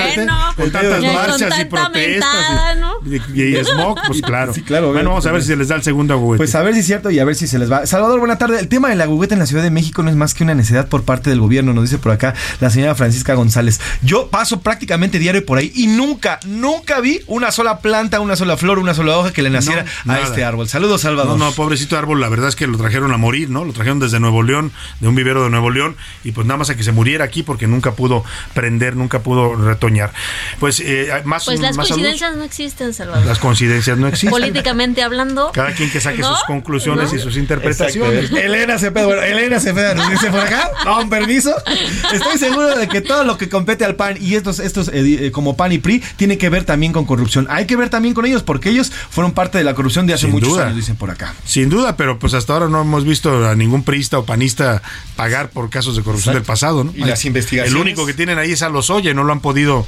Con tantas marchas y protestas y smog, pues claro. Sí, claro. Bueno, vamos a ver si se les da el segundo ahuehuete. Pues a ver si es cierto y a ver si se les va. Salvador, buena tarde. El tema del ahuehuete en la Ciudad de México no es más que una necedad por parte del gobierno, nos dice por acá la señora Francisca González. Yo paso prácticamente diario por ahí y nunca vi una sola planta, una sola flor, una sola hoja que le naciera a este árbol. Saludos, Salvador. No, pobrecito árbol, la verdad es que lo trajeron a morir, ¿no? Lo trajeron desde Nuevo León, de un vivero de Nuevo León, y pues nada más a que se muriera aquí porque nunca pudo prender, nunca pudo retoñar. Pues las coincidencias no existen, Salvador. Las coincidencias no existen. Políticamente hablando. Cada quien que saque sus conclusiones y sus interpretaciones. Exacto. Elena Cepeda nos dice por acá, con permiso. Estoy seguro de que todo lo que compete al PAN y estos como PAN y PRI tiene que ver también con corrupción. Hay que ver también con ellos porque ellos fueron parte de la corrupción de hace muchos años, dicen por acá. Sin duda, pero pues hasta ahora no hemos visto a ningún priista o panista pagar por casos de corrupción del pasado, ¿no? Y las investigaciones. El único que tienen ahí es a Lozoya, no le han podido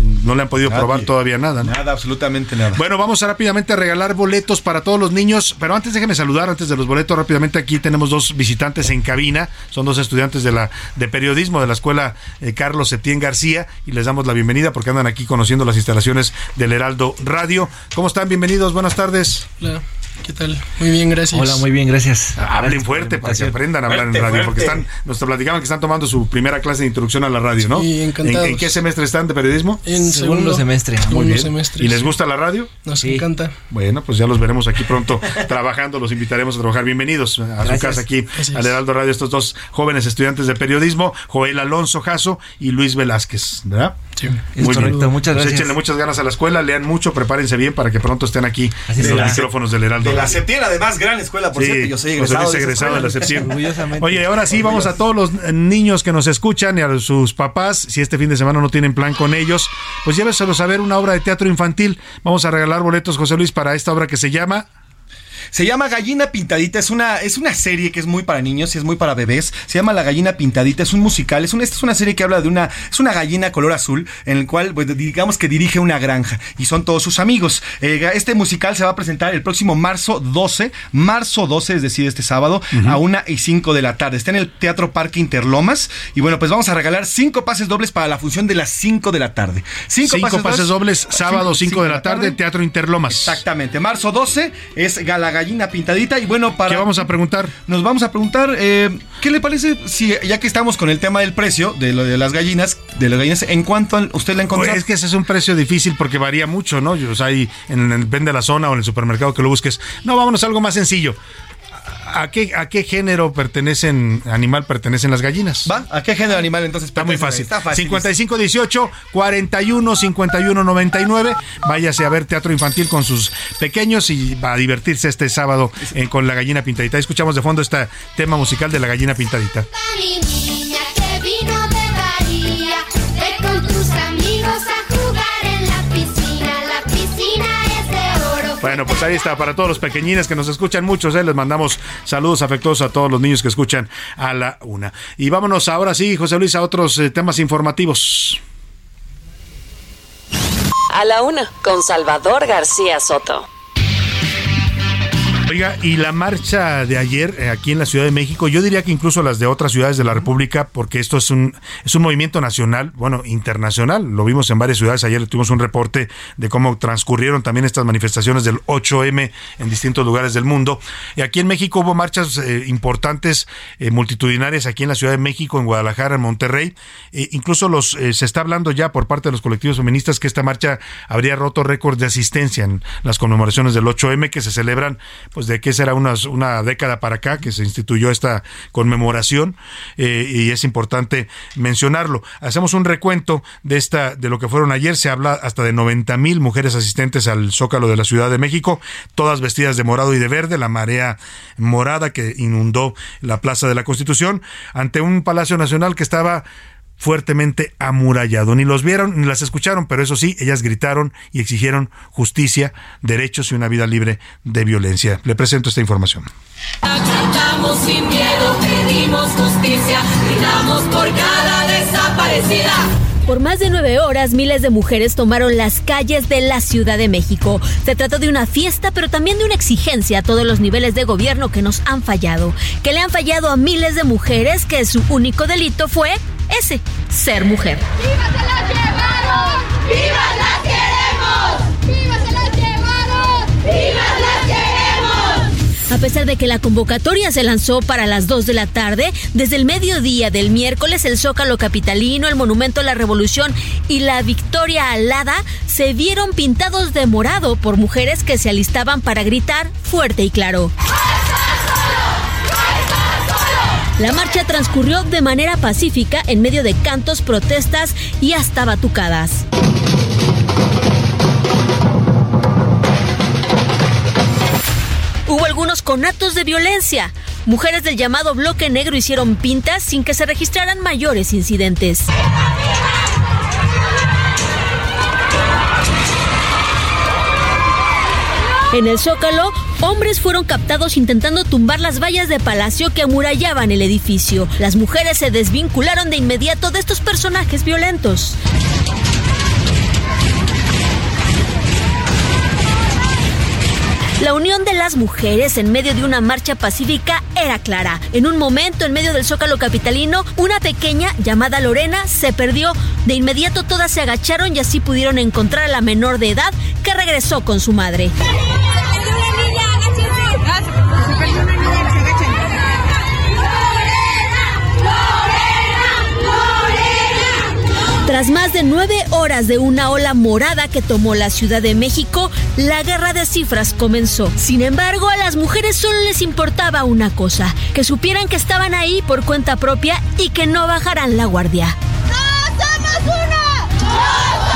probar todavía nada, ¿no? Nada, absolutamente nada. Bueno, vamos rápidamente a regalar boletos para todos los niños, pero antes déjenme saludar, antes de los boletos, rápidamente aquí tenemos dos visitantes en cabina, son dos estudiantes de periodismo de la escuela Carlos Septién García, y les damos la bienvenida porque andan aquí conociendo las instalaciones del Heraldo Radio. ¿Cómo están? Bienvenidos, buenas tardes. Hola, ¿qué tal? Muy bien, gracias. Hola, muy bien, gracias. Hablen fuerte para que aprendan a hablar en radio, porque nos platicaban que están tomando su primera clase de introducción a la radio, ¿no? Sí, encantados. ¿En qué semestre están de periodismo? En segundo semestre. Muy bien. Semestre. ¿Y les gusta la radio? Nos encanta. Bueno, pues ya los veremos aquí pronto trabajando, los invitaremos a trabajar. Bienvenidos a su casa aquí, al Heraldo Radio, estos dos jóvenes estudiantes de periodismo, Joel Alonso Jasso y Luis Velázquez, ¿verdad? Sí, muy correcto, bien. muchas gracias. Échenle muchas ganas a la escuela, lean mucho, prepárense bien para que pronto estén aquí en los micrófonos del Heraldo. De la Septién, además, gran escuela, por cierto, yo soy egresado de la Septién. Oye, ahora sí, vamos a todos los niños que nos escuchan y a sus papás, si este fin de semana no tienen plan con ellos, pues lléveselos a ver una obra de teatro infantil. Vamos a regalar boletos, José Luis, para esta obra que se llama Gallina Pintadita, es una serie que es muy para niños y es muy para bebés. Se llama La Gallina Pintadita, es un musical, esta es una serie que habla de es una gallina color azul, en el cual, pues, digamos que dirige una granja y son todos sus amigos. Este musical se va a presentar el próximo marzo 12, es decir, este sábado, a 1:05 de la tarde. Está en el Teatro Parque Interlomas y bueno, pues vamos a regalar 5 pases dobles para la función de las 5 de la tarde. 5 pases dobles, sábado 5 de la tarde, Teatro Interlomas. Exactamente, marzo 12 es La Gallina Pintadita. Y bueno, ¿qué vamos a preguntar? Nos vamos a preguntar ¿qué le parece si, ya que estamos con el tema del precio de las gallinas, en cuánto usted la encontró? Pues es que ese es un precio difícil porque varía mucho, ¿no? O sea, depende de la zona o en el supermercado que lo busques. No, vámonos a algo más sencillo. ¿A qué género animal pertenecen las gallinas? ¿Va? ¿A qué género animal entonces pertenecen? Está muy fácil. 5518-415199. Váyase a ver teatro infantil con sus pequeños y va a divertirse este sábado con La Gallina Pintadita. Escuchamos de fondo este tema musical de La Gallina Pintadita. Niña que vino de Bahía, ve con tus amigos a jugar en la piscina es de oro. Bueno, pues ahí está, para todos los pequeñines que nos escuchan muchos, les mandamos saludos afectuosos a todos los niños que escuchan a la una. Y vámonos ahora sí, José Luis, a otros temas informativos. A la una, con Salvador García Soto. Oiga, y la marcha de ayer aquí en la Ciudad de México, yo diría que incluso las de otras ciudades de la República, porque esto es un movimiento nacional, bueno, internacional, lo vimos en varias ciudades, ayer tuvimos un reporte de cómo transcurrieron también estas manifestaciones del 8M en distintos lugares del mundo, y aquí en México hubo marchas importantes, multitudinarias aquí en la Ciudad de México, en Guadalajara, en Monterrey, incluso se está hablando ya por parte de los colectivos feministas que esta marcha habría roto récords de asistencia en las conmemoraciones del 8M que se celebran pues de que será una década para acá que se instituyó esta conmemoración, y es importante mencionarlo. Hacemos un recuento de lo que fueron ayer. Se habla hasta de 90,000 mujeres asistentes al Zócalo de la Ciudad de México, todas vestidas de morado y de verde, la marea morada que inundó la Plaza de la Constitución, ante un Palacio Nacional que estaba fuertemente amurallado. Ni los vieron ni las escucharon, pero eso sí, ellas gritaron y exigieron justicia, derechos y una vida libre de violencia. Le presento esta información. Gritamos sin miedo, pedimos justicia, gritamos por cada desaparecida. Por más de 9 horas, miles de mujeres tomaron las calles de la Ciudad de México. Se trató de una fiesta, pero también de una exigencia a todos los niveles de gobierno que nos han fallado. Que le han fallado a miles de mujeres que su único delito fue ese, ser mujer. ¡Viva se las llevaron! ¡Viva las queremos! ¡Viva se las llevaron! ¡Viva las queremos! A pesar de que la convocatoria se lanzó para las 2 de la tarde, desde el mediodía del miércoles el Zócalo capitalino, el Monumento a la Revolución y la Victoria Alada se vieron pintados de morado por mujeres que se alistaban para gritar fuerte y claro. La marcha transcurrió de manera pacífica en medio de cantos, protestas y hasta batucadas. Hubo algunos conatos de violencia. Mujeres del llamado Bloque Negro hicieron pintas sin que se registraran mayores incidentes. En el Zócalo, hombres fueron captados intentando tumbar las vallas de palacio que amurallaban el edificio. Las mujeres se desvincularon de inmediato de estos personajes violentos. La unión de las mujeres en medio de una marcha pacífica era clara. En un momento, en medio del Zócalo capitalino, una pequeña llamada Lorena se perdió. De inmediato todas se agacharon y así pudieron encontrar a la menor de edad que regresó con su madre. Tras más de 9 horas de una ola morada que tomó la Ciudad de México, la guerra de cifras comenzó. Sin embargo, a las mujeres solo les importaba una cosa: que supieran que estaban ahí por cuenta propia y que no bajarán la guardia. ¡No somos uno! ¡No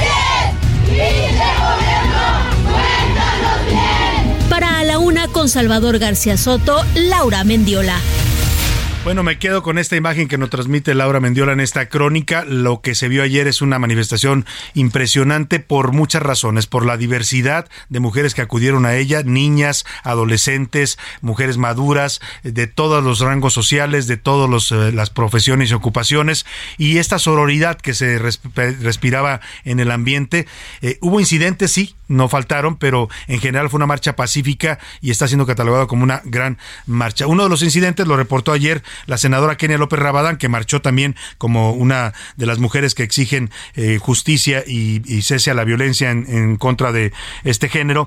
somos 10! ¡Pinche gobierno! ¡Cuéntanos bien! Para A la Una con Salvador García Soto, Laura Mendiola. Bueno, me quedo con esta imagen que nos transmite Laura Mendiola en esta crónica. Lo que se vio ayer es una manifestación impresionante por muchas razones, por la diversidad de mujeres que acudieron a ella, niñas, adolescentes, mujeres maduras, de todos los rangos sociales, de todas las profesiones y ocupaciones, y esta sororidad que se respiraba en el ambiente. Hubo incidentes, sí, no faltaron, pero en general fue una marcha pacífica y está siendo catalogada como una gran marcha. Uno de los incidentes lo reportó ayer la senadora Kenia López Rabadán, que marchó también como una de las mujeres que exigen justicia y cese a la violencia en contra de este género,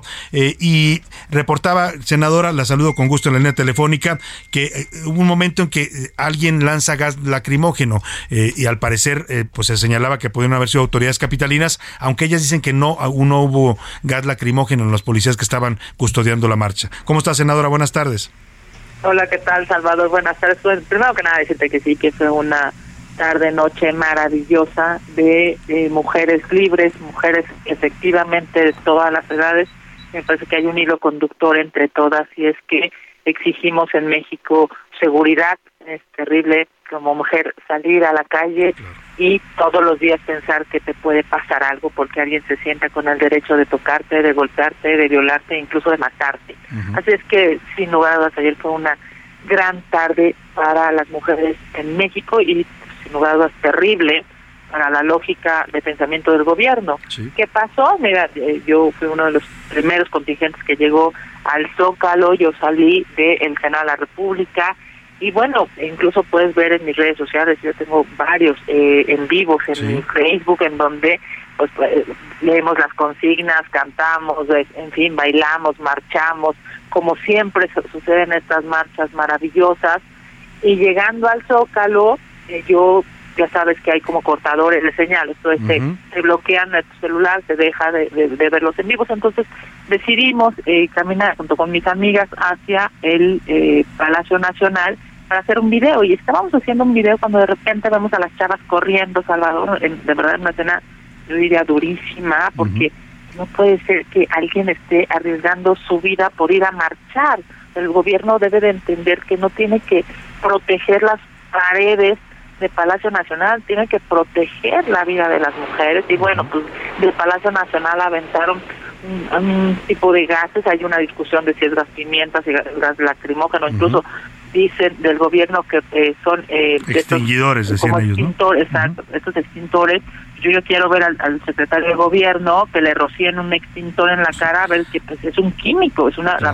y reportaba, senadora, la saludo con gusto en la línea telefónica, que hubo un momento en que alguien lanza gas lacrimógeno, y al parecer pues se señalaba que pudieron haber sido autoridades capitalinas, aunque ellas dicen que no hubo gas lacrimógeno en los policías que estaban custodiando la marcha. ¿Cómo está, senadora? Buenas tardes. Hola, ¿qué tal, Salvador? Buenas tardes. Pues, primero que nada, decirte que sí, que fue una tarde-noche maravillosa de mujeres libres, mujeres efectivamente de todas las edades. Me parece que hay un hilo conductor entre todas y es que exigimos en México seguridad. Es terrible como mujer salir a la calle y todos los días pensar que te puede pasar algo porque alguien se sienta con el derecho de tocarte, de golpearte, de violarte, incluso de matarte. Así es que, sin lugar a dudas, ayer fue una gran tarde para las mujeres en México y, sin lugar a dudas, terrible para la lógica de pensamiento del gobierno. Sí. ¿Qué pasó? Mira, yo fui uno de los primeros contingentes que llegó al Zócalo, yo salí del Senado de la República, y bueno, incluso puedes ver en mis redes sociales, yo tengo varios en vivos en mi Facebook, en donde pues leemos las consignas, cantamos, en fin, bailamos, marchamos, como siempre suceden estas marchas maravillosas. Y llegando al Zócalo, yo, ya sabes que hay como cortadores de señal, entonces se bloquean tu celular, se deja de ver los en vivos, entonces decidimos caminar junto con mis amigas hacia el Palacio Nacional para hacer un video, y estábamos haciendo un video cuando de repente vemos a las chavas corriendo, Salvador, de verdad una escena, yo diría, durísima, porque no puede ser que alguien esté arriesgando su vida por ir a marchar. El gobierno debe de entender que no tiene que proteger las paredes de Palacio Nacional, tiene que proteger la vida de las mujeres. Y bueno, pues del Palacio Nacional aventaron un tipo de gases, hay una discusión de si es gas pimienta, si es gas lacrimógeno, incluso dicen del gobierno que son extinguidores, decían ellos, ¿no? Exacto, estos extintores. Yo quiero ver al secretario de gobierno que le rocíen un extintor en la cara, a ver que pues es un químico, es una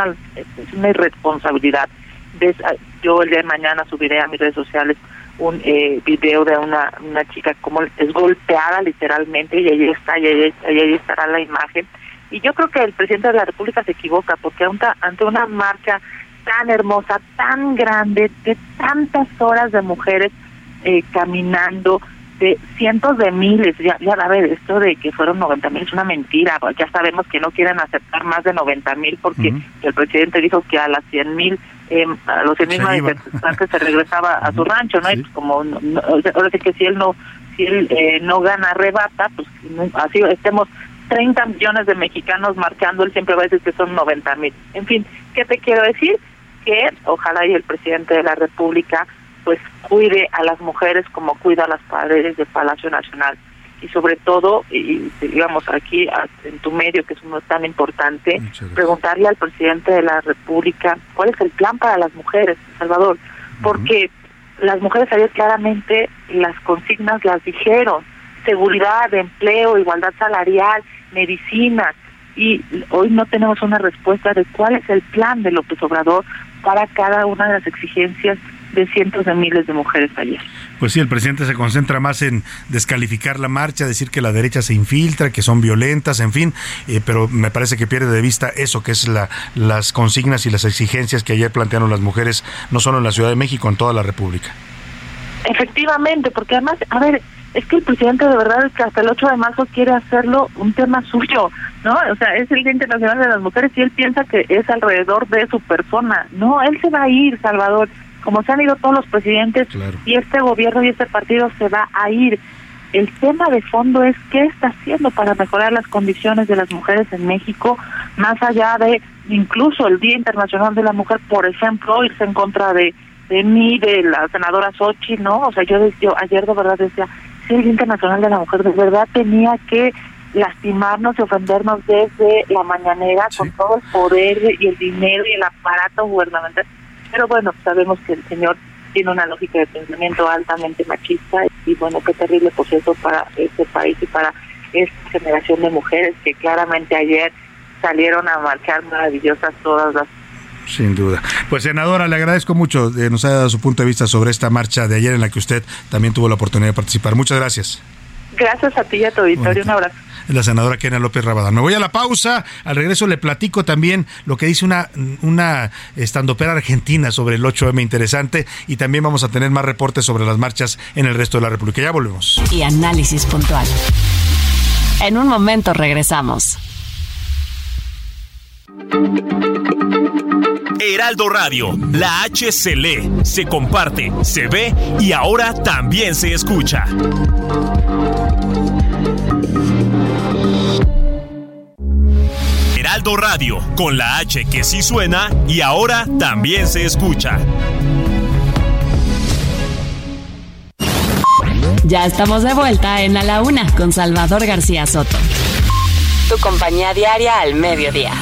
irresponsabilidad. Yo el día de mañana subiré a mis redes sociales un video de una chica como es golpeada literalmente, y ahí estará la imagen. Y yo creo que el presidente de la República se equivoca, porque ante una marcha tan hermosa, tan grande, de tantas horas de mujeres caminando, de cientos de miles, ya a ver, esto de que fueron 90,000 es una mentira, ya sabemos que no quieren aceptar más de 90,000 porque el presidente dijo que a las 100,000 a los 100,000 manifestantes se regresaba a su rancho, ¿no? Y pues como ahora sí que si él no gana arrebata, pues así estemos 30 millones de mexicanos marchando, él siempre va a decir que son 90,000. En fin, ¿qué te quiero decir? Que ojalá y el presidente de la República pues cuide a las mujeres como cuida a las paredes del Palacio Nacional, y sobre todo, y digamos aquí en tu medio, que es uno tan importante, preguntarle al presidente de la República cuál es el plan para las mujeres, Salvador, porque las mujeres ayer claramente las consignas las dijeron: seguridad, empleo, igualdad salarial, medicina, y hoy no tenemos una respuesta de cuál es el plan de López Obrador para cada una de las exigencias de cientos de miles de mujeres ayer. Pues sí, el presidente se concentra más en descalificar la marcha, decir que la derecha se infiltra, que son violentas, en fin, pero me parece que pierde de vista eso, que es las consignas y las exigencias que ayer plantearon las mujeres, no solo en la Ciudad de México, en toda la República. Efectivamente, porque además, a ver, es que el presidente de verdad es que hasta el 8 de marzo quiere hacerlo un tema suyo, ¿no? O sea, es el Día Internacional de las Mujeres y él piensa que es alrededor de su persona. No, él se va a ir, Salvador, como se han ido todos los presidentes, y este gobierno y este partido se va a ir. El tema de fondo es qué está haciendo para mejorar las condiciones de las mujeres en México, más allá de incluso el Día Internacional de la Mujer, por ejemplo, irse en contra de mí, de la senadora Xochitl, ¿no? O sea, yo ayer de verdad decía, si el Día Internacional de la Mujer de verdad tenía que lastimarnos y ofendernos desde la mañanera con todo el poder y el dinero y el aparato gubernamental. Pero bueno, sabemos que el señor tiene una lógica de pensamiento altamente machista, y bueno, qué terrible proceso para este país y para esta generación de mujeres que claramente ayer salieron a marchar maravillosas todas las. Sin duda. Pues senadora, le agradezco mucho, nos ha dado su punto de vista sobre esta marcha de ayer en la que usted también tuvo la oportunidad de participar. Muchas gracias. Gracias a ti y a tu auditorio, un abrazo. La senadora Kenia López Rabadán. Me voy a la pausa, al regreso le platico también lo que dice una estandopera argentina sobre el 8M, interesante, y también vamos a tener más reportes sobre las marchas en el resto de la República. Ya volvemos. Y análisis puntual. En un momento regresamos. Heraldo Radio, la H se lee, se comparte, se ve y ahora también se escucha. Heraldo Radio, con la H que sí suena y ahora también se escucha. Ya estamos de vuelta en A la Una con Salvador García Soto. Tu compañía diaria al mediodía.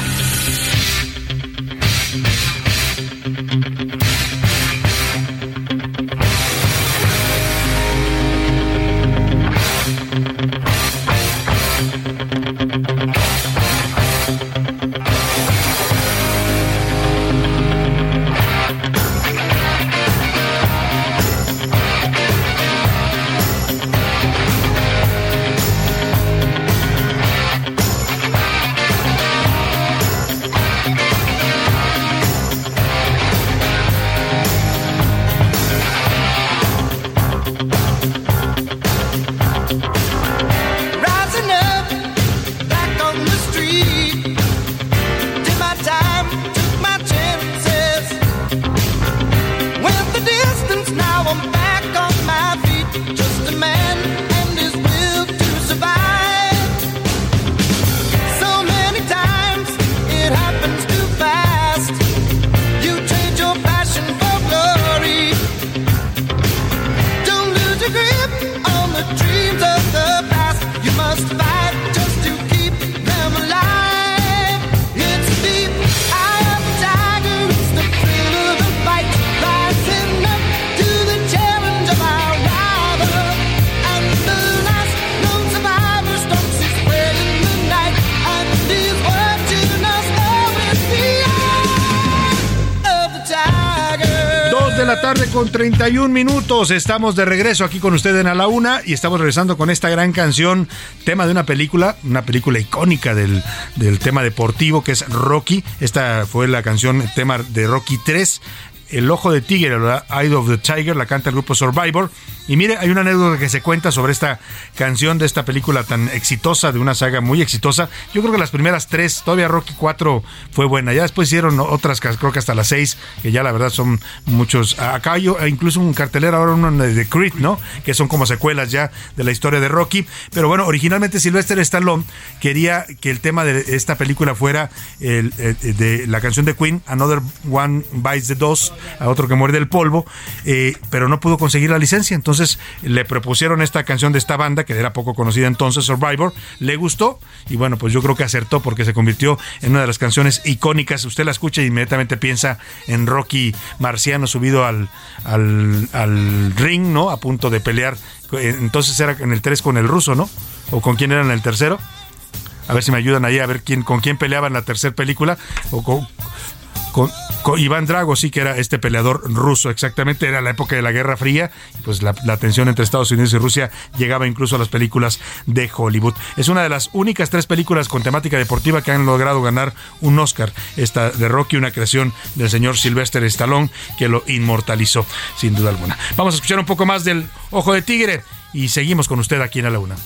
la tarde con 31 minutos. Estamos de regreso aquí con usted en A la Una y estamos regresando con esta gran canción, tema de una película icónica del tema deportivo que es Rocky. Esta fue la canción, tema de Rocky 3. El Ojo de Tigre, Eye of the Tiger, la canta el grupo Survivor. Y mire, hay una anécdota que se cuenta sobre esta canción de esta película tan exitosa, de una saga muy exitosa. Yo creo que las primeras 3, todavía Rocky 4 fue buena. Ya después hicieron otras, creo que hasta las 6, que ya la verdad son muchos. Acá hay incluso un cartelero ahora, uno de Creed, ¿no? Que son como secuelas ya de la historia de Rocky. Pero bueno, originalmente Sylvester Stallone quería que el tema de esta película fuera de la canción de Queen, Another One Bites the Dust, a otro que muerde el polvo, pero no pudo conseguir la licencia. Entonces le propusieron esta canción de esta banda, que era poco conocida entonces, Survivor, le gustó, y bueno, pues yo creo que acertó, porque se convirtió en una de las canciones icónicas. Usted la escucha y inmediatamente piensa en Rocky marciano subido al ring, ¿no? A punto de pelear. Entonces era en el 3 con el ruso, ¿no? ¿O con quién era en el tercero? A ver si me ayudan ahí a ver con quién peleaba en la tercera película. O con Iván Drago, sí, que era este peleador ruso, exactamente. Era la época de la Guerra Fría, pues la tensión entre Estados Unidos y Rusia llegaba incluso a las películas de Hollywood. Es una de las únicas 3 películas con temática deportiva que han logrado ganar un Oscar. Esta de Rocky, una creación del señor Sylvester Stallone, que lo inmortalizó, sin duda alguna. Vamos a escuchar un poco más del Ojo de Tigre y seguimos con usted aquí en A la Una.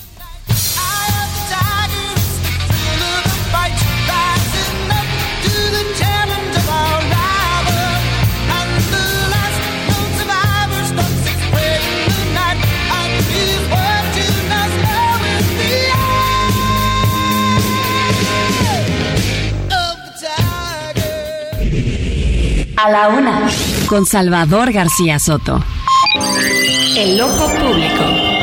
A la Una, con Salvador García Soto. El ojo público.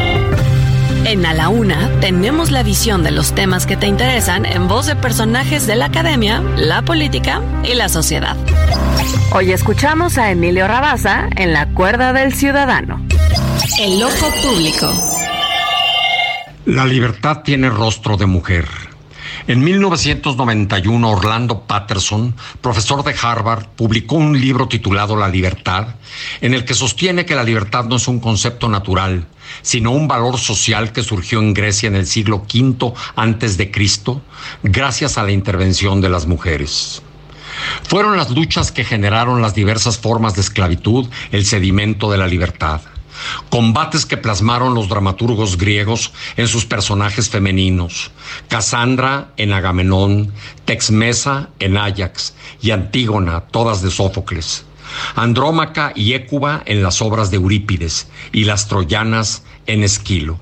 En A la Una tenemos la visión de los temas que te interesan en voz de personajes de la academia, la política y la sociedad. Hoy escuchamos a Emilio Rabasa en La Cuerda del Ciudadano. El ojo público. La libertad tiene rostro de mujer. En 1991, Orlando Patterson, profesor de Harvard, publicó un libro titulado La libertad, en el que sostiene que la libertad no es un concepto natural, sino un valor social que surgió en Grecia en el siglo V a.C., gracias a la intervención de las mujeres. Fueron las luchas que generaron las diversas formas de esclavitud el sedimento de la libertad. Combates que plasmaron los dramaturgos griegos en sus personajes femeninos, Casandra en Agamenón, Texmesa en Áyax y Antígona, todas de Sófocles, Andrómaca y Hécuba en las obras de Eurípides y las troyanas en Esquilo.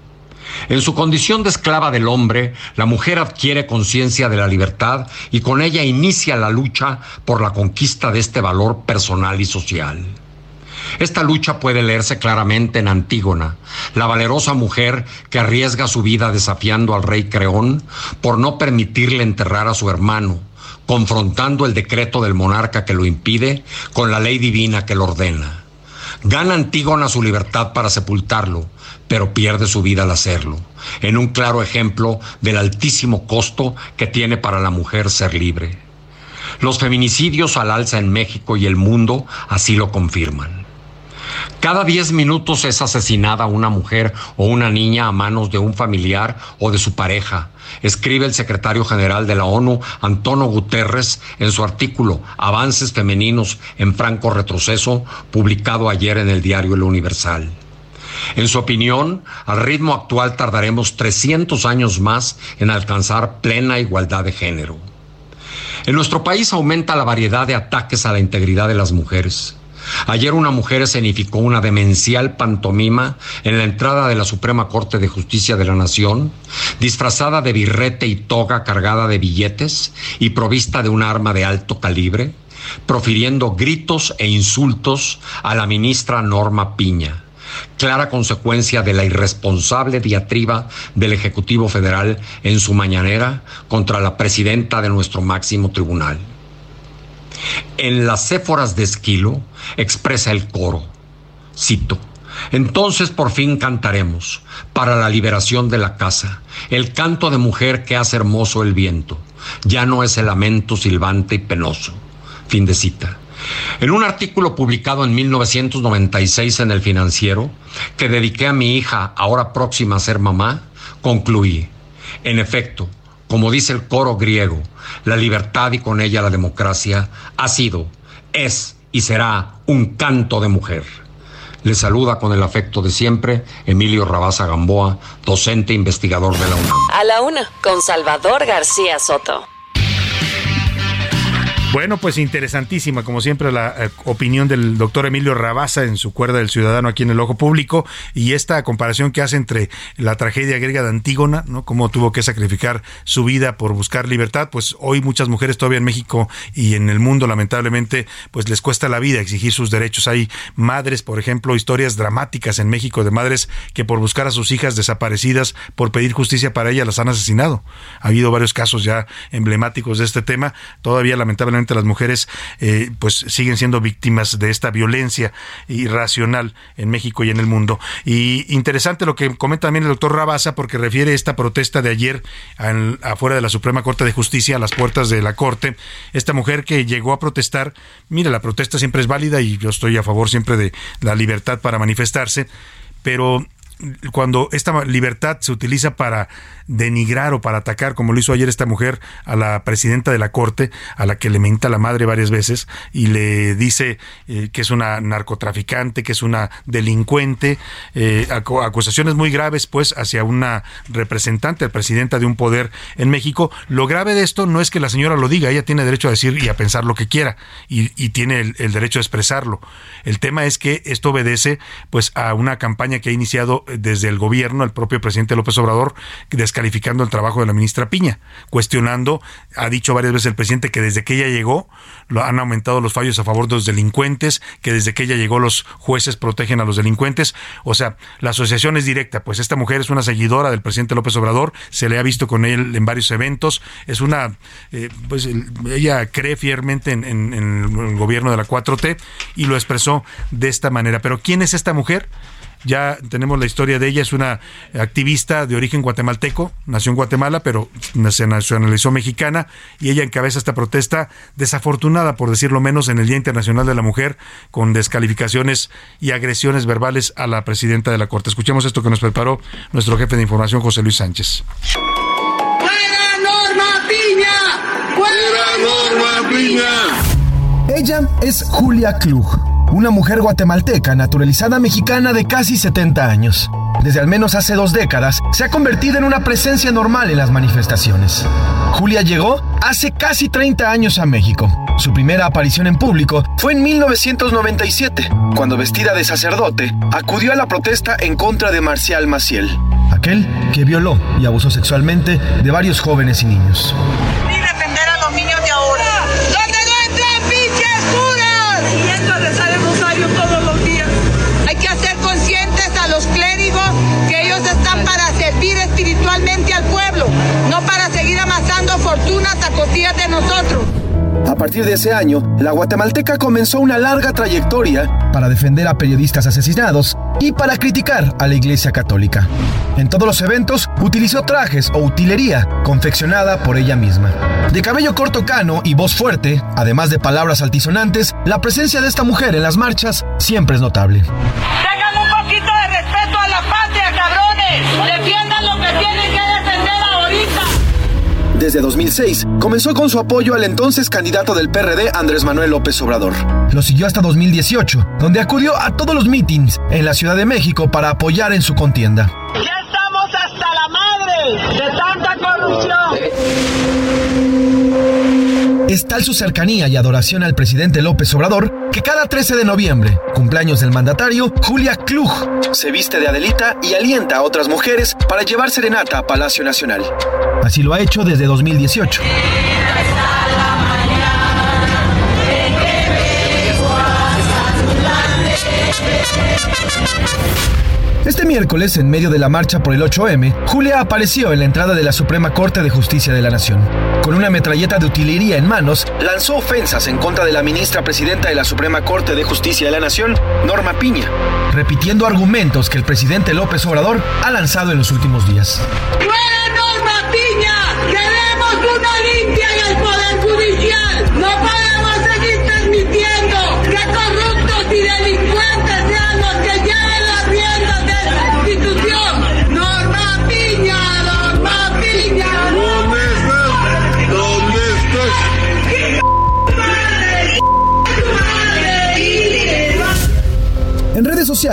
En su condición de esclava del hombre, la mujer adquiere conciencia de la libertad y con ella inicia la lucha por la conquista de este valor personal y social. Esta lucha puede leerse claramente en Antígona, la valerosa mujer que arriesga su vida desafiando al rey Creón por no permitirle enterrar a su hermano, confrontando el decreto del monarca que lo impide con la ley divina que lo ordena. Gana Antígona su libertad para sepultarlo, pero pierde su vida al hacerlo, en un claro ejemplo del altísimo costo que tiene para la mujer ser libre. Los feminicidios al alza en México y el mundo así lo confirman. Cada 10 minutos es asesinada una mujer o una niña a manos de un familiar o de su pareja, escribe el secretario general de la ONU, Antonio Guterres, en su artículo Avances femeninos en franco retroceso, publicado ayer en el diario El Universal. En su opinión, al ritmo actual tardaremos 300 años más en alcanzar plena igualdad de género. En nuestro país aumenta la variedad de ataques a la integridad de las mujeres. Ayer una mujer escenificó una demencial pantomima en la entrada de la Suprema Corte de Justicia de la Nación, disfrazada de birrete y toga cargada de billetes y provista de un arma de alto calibre, profiriendo gritos e insultos a la ministra Norma Piña, clara consecuencia de la irresponsable diatriba del Ejecutivo Federal en su mañanera contra la presidenta de nuestro máximo tribunal. En las Céforas de Esquilo expresa el coro, cito: entonces por fin cantaremos, para la liberación de la casa, el canto de mujer que hace hermoso el viento, ya no es el lamento silbante y penoso. Fin de cita. En un artículo publicado en 1996 en El Financiero, que dediqué a mi hija, ahora próxima a ser mamá, concluí: en efecto, como dice el coro griego, la libertad y con ella la democracia ha sido, es y será un canto de mujer. Le saluda con el afecto de siempre Emilio Rabasa Gamboa, docente e investigador de la UNAM. A la una, con Salvador García Soto. Bueno, pues interesantísima, como siempre, la opinión del doctor Emilio Rabasa en su Cuerda del Ciudadano aquí en el Ojo Público, y esta comparación que hace entre la tragedia griega de Antígona, ¿no? Cómo tuvo que sacrificar su vida por buscar libertad. Pues hoy muchas mujeres todavía en México y en el mundo, lamentablemente, pues les cuesta la vida exigir sus derechos. Hay madres, por ejemplo, historias dramáticas en México de madres que por buscar a sus hijas desaparecidas, por pedir justicia para ellas, las han asesinado. Ha habido varios casos ya emblemáticos de este tema. Todavía, lamentablemente, las mujeres pues siguen siendo víctimas de esta violencia irracional en México y en el mundo. Y interesante lo que comenta también el doctor Rabasa, porque refiere esta protesta de ayer afuera de la Suprema Corte de Justicia, a las puertas de la Corte. Esta mujer que llegó a protestar, mira, la protesta siempre es válida y yo estoy a favor siempre de la libertad para manifestarse, pero cuando esta libertad se utiliza para denigrar o para atacar, como lo hizo ayer esta mujer a la presidenta de la Corte, a la que le menta la madre varias veces y le dice que es una narcotraficante, que es una delincuente, acusaciones muy graves pues hacia una representante, presidenta de un poder en México. Lo grave de esto no es que la señora lo diga, ella tiene derecho a decir y a pensar lo que quiera y tiene el derecho a expresarlo. El tema es que esto obedece pues a una campaña que ha iniciado desde el gobierno, el propio presidente López Obrador, descalificando el trabajo de la ministra Piña, cuestionando, ha dicho varias veces el presidente que desde que ella llegó han aumentado los fallos a favor de los delincuentes, que desde que ella llegó los jueces protegen a los delincuentes. O sea, la asociación es directa, pues esta mujer es una seguidora del presidente López Obrador, se le ha visto con él en varios eventos, es una, pues ella cree fielmente en el gobierno de la 4T y lo expresó de esta manera. Pero ¿quién es esta mujer? Ya tenemos la historia de ella, es una activista de origen guatemalteco, nació en Guatemala, pero se nacionalizó mexicana, y ella encabeza esta protesta desafortunada, por decirlo menos, en el Día Internacional de la Mujer, con descalificaciones y agresiones verbales a la presidenta de la Corte. Escuchemos esto que nos preparó nuestro jefe de información, José Luis Sánchez. ¡Fuera Norma Piña! ¡Fuera Norma Piña! Ella es Julia Klug, una mujer guatemalteca naturalizada mexicana de casi 70 años. Desde al menos hace 2 décadas se ha convertido en una presencia normal en las manifestaciones. Julia llegó hace casi 30 años a México. Su primera aparición en público fue en 1997, cuando vestida de sacerdote acudió a la protesta en contra de Marcial Maciel, aquel que violó y abusó sexualmente de varios jóvenes y niños. Ni defender a los niños de ahora. ¿Dónde no entran pinches curas? Y esto les sale rosario todos los días. Hay que hacer conscientes a los clérigos que ellos están para servir espiritualmente al pueblo, no para seguir amasando fortunas a costillas de nosotros. A partir de ese año, la guatemalteca comenzó una larga trayectoria para defender a periodistas asesinados y para criticar a la Iglesia Católica. En todos los eventos utilizó trajes o utilería confeccionada por ella misma. De cabello corto cano y voz fuerte, además de palabras altisonantes, la presencia de esta mujer en las marchas siempre es notable. Tengan un poquito de respeto a la patria, cabrones. Defiendan lo que tienen que defender ahorita. Desde 2006, comenzó con su apoyo al entonces candidato del PRD, Andrés Manuel López Obrador. Lo siguió hasta 2018, donde acudió a todos los mítines en la Ciudad de México para apoyar en su contienda. Ya estamos hasta la madre de tanta corrupción. Es tal su cercanía y adoración al presidente López Obrador que cada 13 de noviembre, cumpleaños del mandatario, Julia Klug se viste de Adelita y alienta a otras mujeres para llevar serenata a Palacio Nacional. Así lo ha hecho desde 2018. Este miércoles, en medio de la marcha por el 8M, Julia apareció en la entrada de la Suprema Corte de Justicia de la Nación. Con una metralleta de utilería en manos, lanzó ofensas en contra de la ministra presidenta de la Suprema Corte de Justicia de la Nación, Norma Piña, repitiendo argumentos que el presidente López Obrador ha lanzado en los últimos días. ¡Fuera Norma Piña! ¡Queremos una limpia en el Poder Judicial! ¡No podemos seguir transmitiendo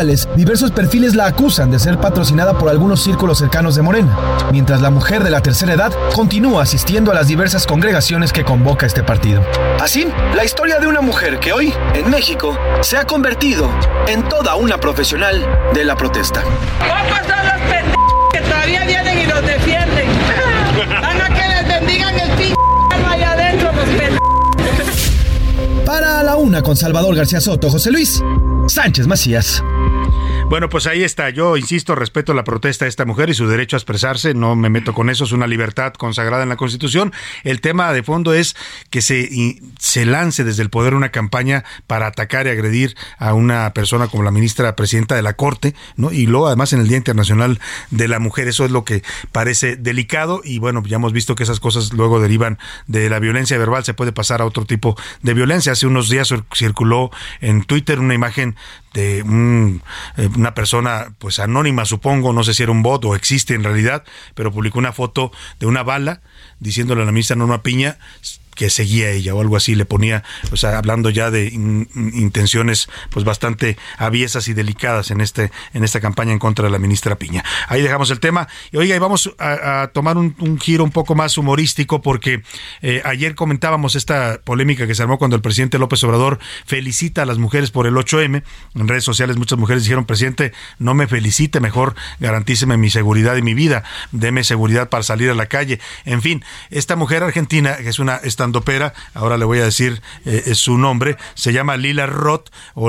sociales, diversos perfiles la acusan de ser patrocinada por algunos círculos cercanos de Morena, mientras la mujer de la tercera edad continúa asistiendo a las diversas congregaciones que convoca este partido. Así, la historia de una mujer que hoy, en México, se ha convertido en toda una profesional de la protesta. ¿Cómo son los pendejos que todavía vienen y los defienden? Van a que les bendigan el p*** allá adentro, los pendejos. Para A la Una con Salvador García Soto, José Luis Sánchez Macías. Bueno, pues ahí está. Yo insisto, respeto la protesta de esta mujer y su derecho a expresarse. No me meto con eso. Es una libertad consagrada en la Constitución. El tema de fondo es que se lance desde el poder una campaña para atacar y agredir a una persona como la ministra presidenta de la Corte, ¿no? Y luego, además, en el Día Internacional de la Mujer. Eso es lo que parece delicado. Y bueno, ya hemos visto que esas cosas luego derivan de la violencia verbal. Se puede pasar a otro tipo de violencia. Hace unos días circuló en Twitter una imagen de una persona pues anónima, supongo, no sé si era un bot o existe en realidad, pero publicó una foto de una bala diciéndole a la ministra Norma Piña que seguía a ella o algo así, le ponía, o sea, hablando ya de intenciones pues bastante aviesas y delicadas en esta campaña en contra de la ministra Piña. Ahí dejamos el tema. Y oiga, y vamos a tomar un giro un poco más humorístico porque ayer comentábamos esta polémica que se armó cuando el presidente López Obrador felicita a las mujeres por el 8M. En redes sociales muchas mujeres dijeron: presidente, no me felicite, mejor garantíceme mi seguridad y mi vida, deme seguridad para salir a la calle. En fin, esta mujer argentina, que es una estandopera, ahora le voy a decir su nombre, se llama Laila Roth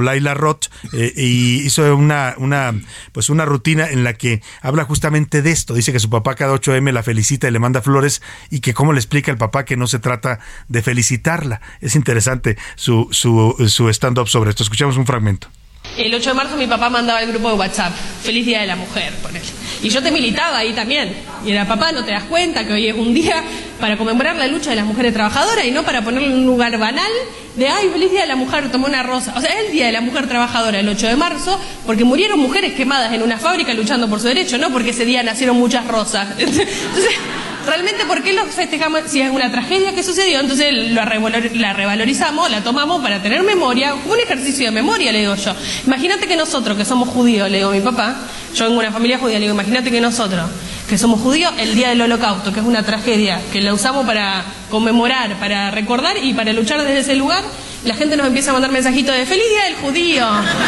y hizo una rutina en la que habla justamente de esto. Dice que su papá cada 8M la felicita y le manda flores, y que cómo le explica el papá que no se trata de felicitarla. Es interesante su stand-up sobre esto. Escuchamos un fragmento. El 8 de marzo mi papá mandaba el grupo de WhatsApp: Feliz Día de la Mujer, ponele. Y yo te militaba ahí también. Y era: papá, ¿no te das cuenta que hoy es un día para conmemorar la lucha de las mujeres trabajadoras y no para ponerle en un lugar banal de ay, feliz Día de la Mujer, tomé una rosa? O sea, es el Día de la Mujer Trabajadora el 8 de marzo porque murieron mujeres quemadas en una fábrica luchando por su derecho, no porque ese día nacieron muchas rosas. Entonces, realmente, ¿por qué lo festejamos si es una tragedia que sucedió? Entonces la revalorizamos, la tomamos para tener memoria, un ejercicio de memoria, le digo yo. Imagínate que nosotros, que somos judíos, le digo a mi papá, yo vengo de una familia judía, le digo, imagínate que nosotros, que somos judíos, el día del Holocausto, que es una tragedia, que la usamos para conmemorar, para recordar y para luchar desde ese lugar, la gente nos empieza a mandar mensajitos de ¡Feliz Día del Judío!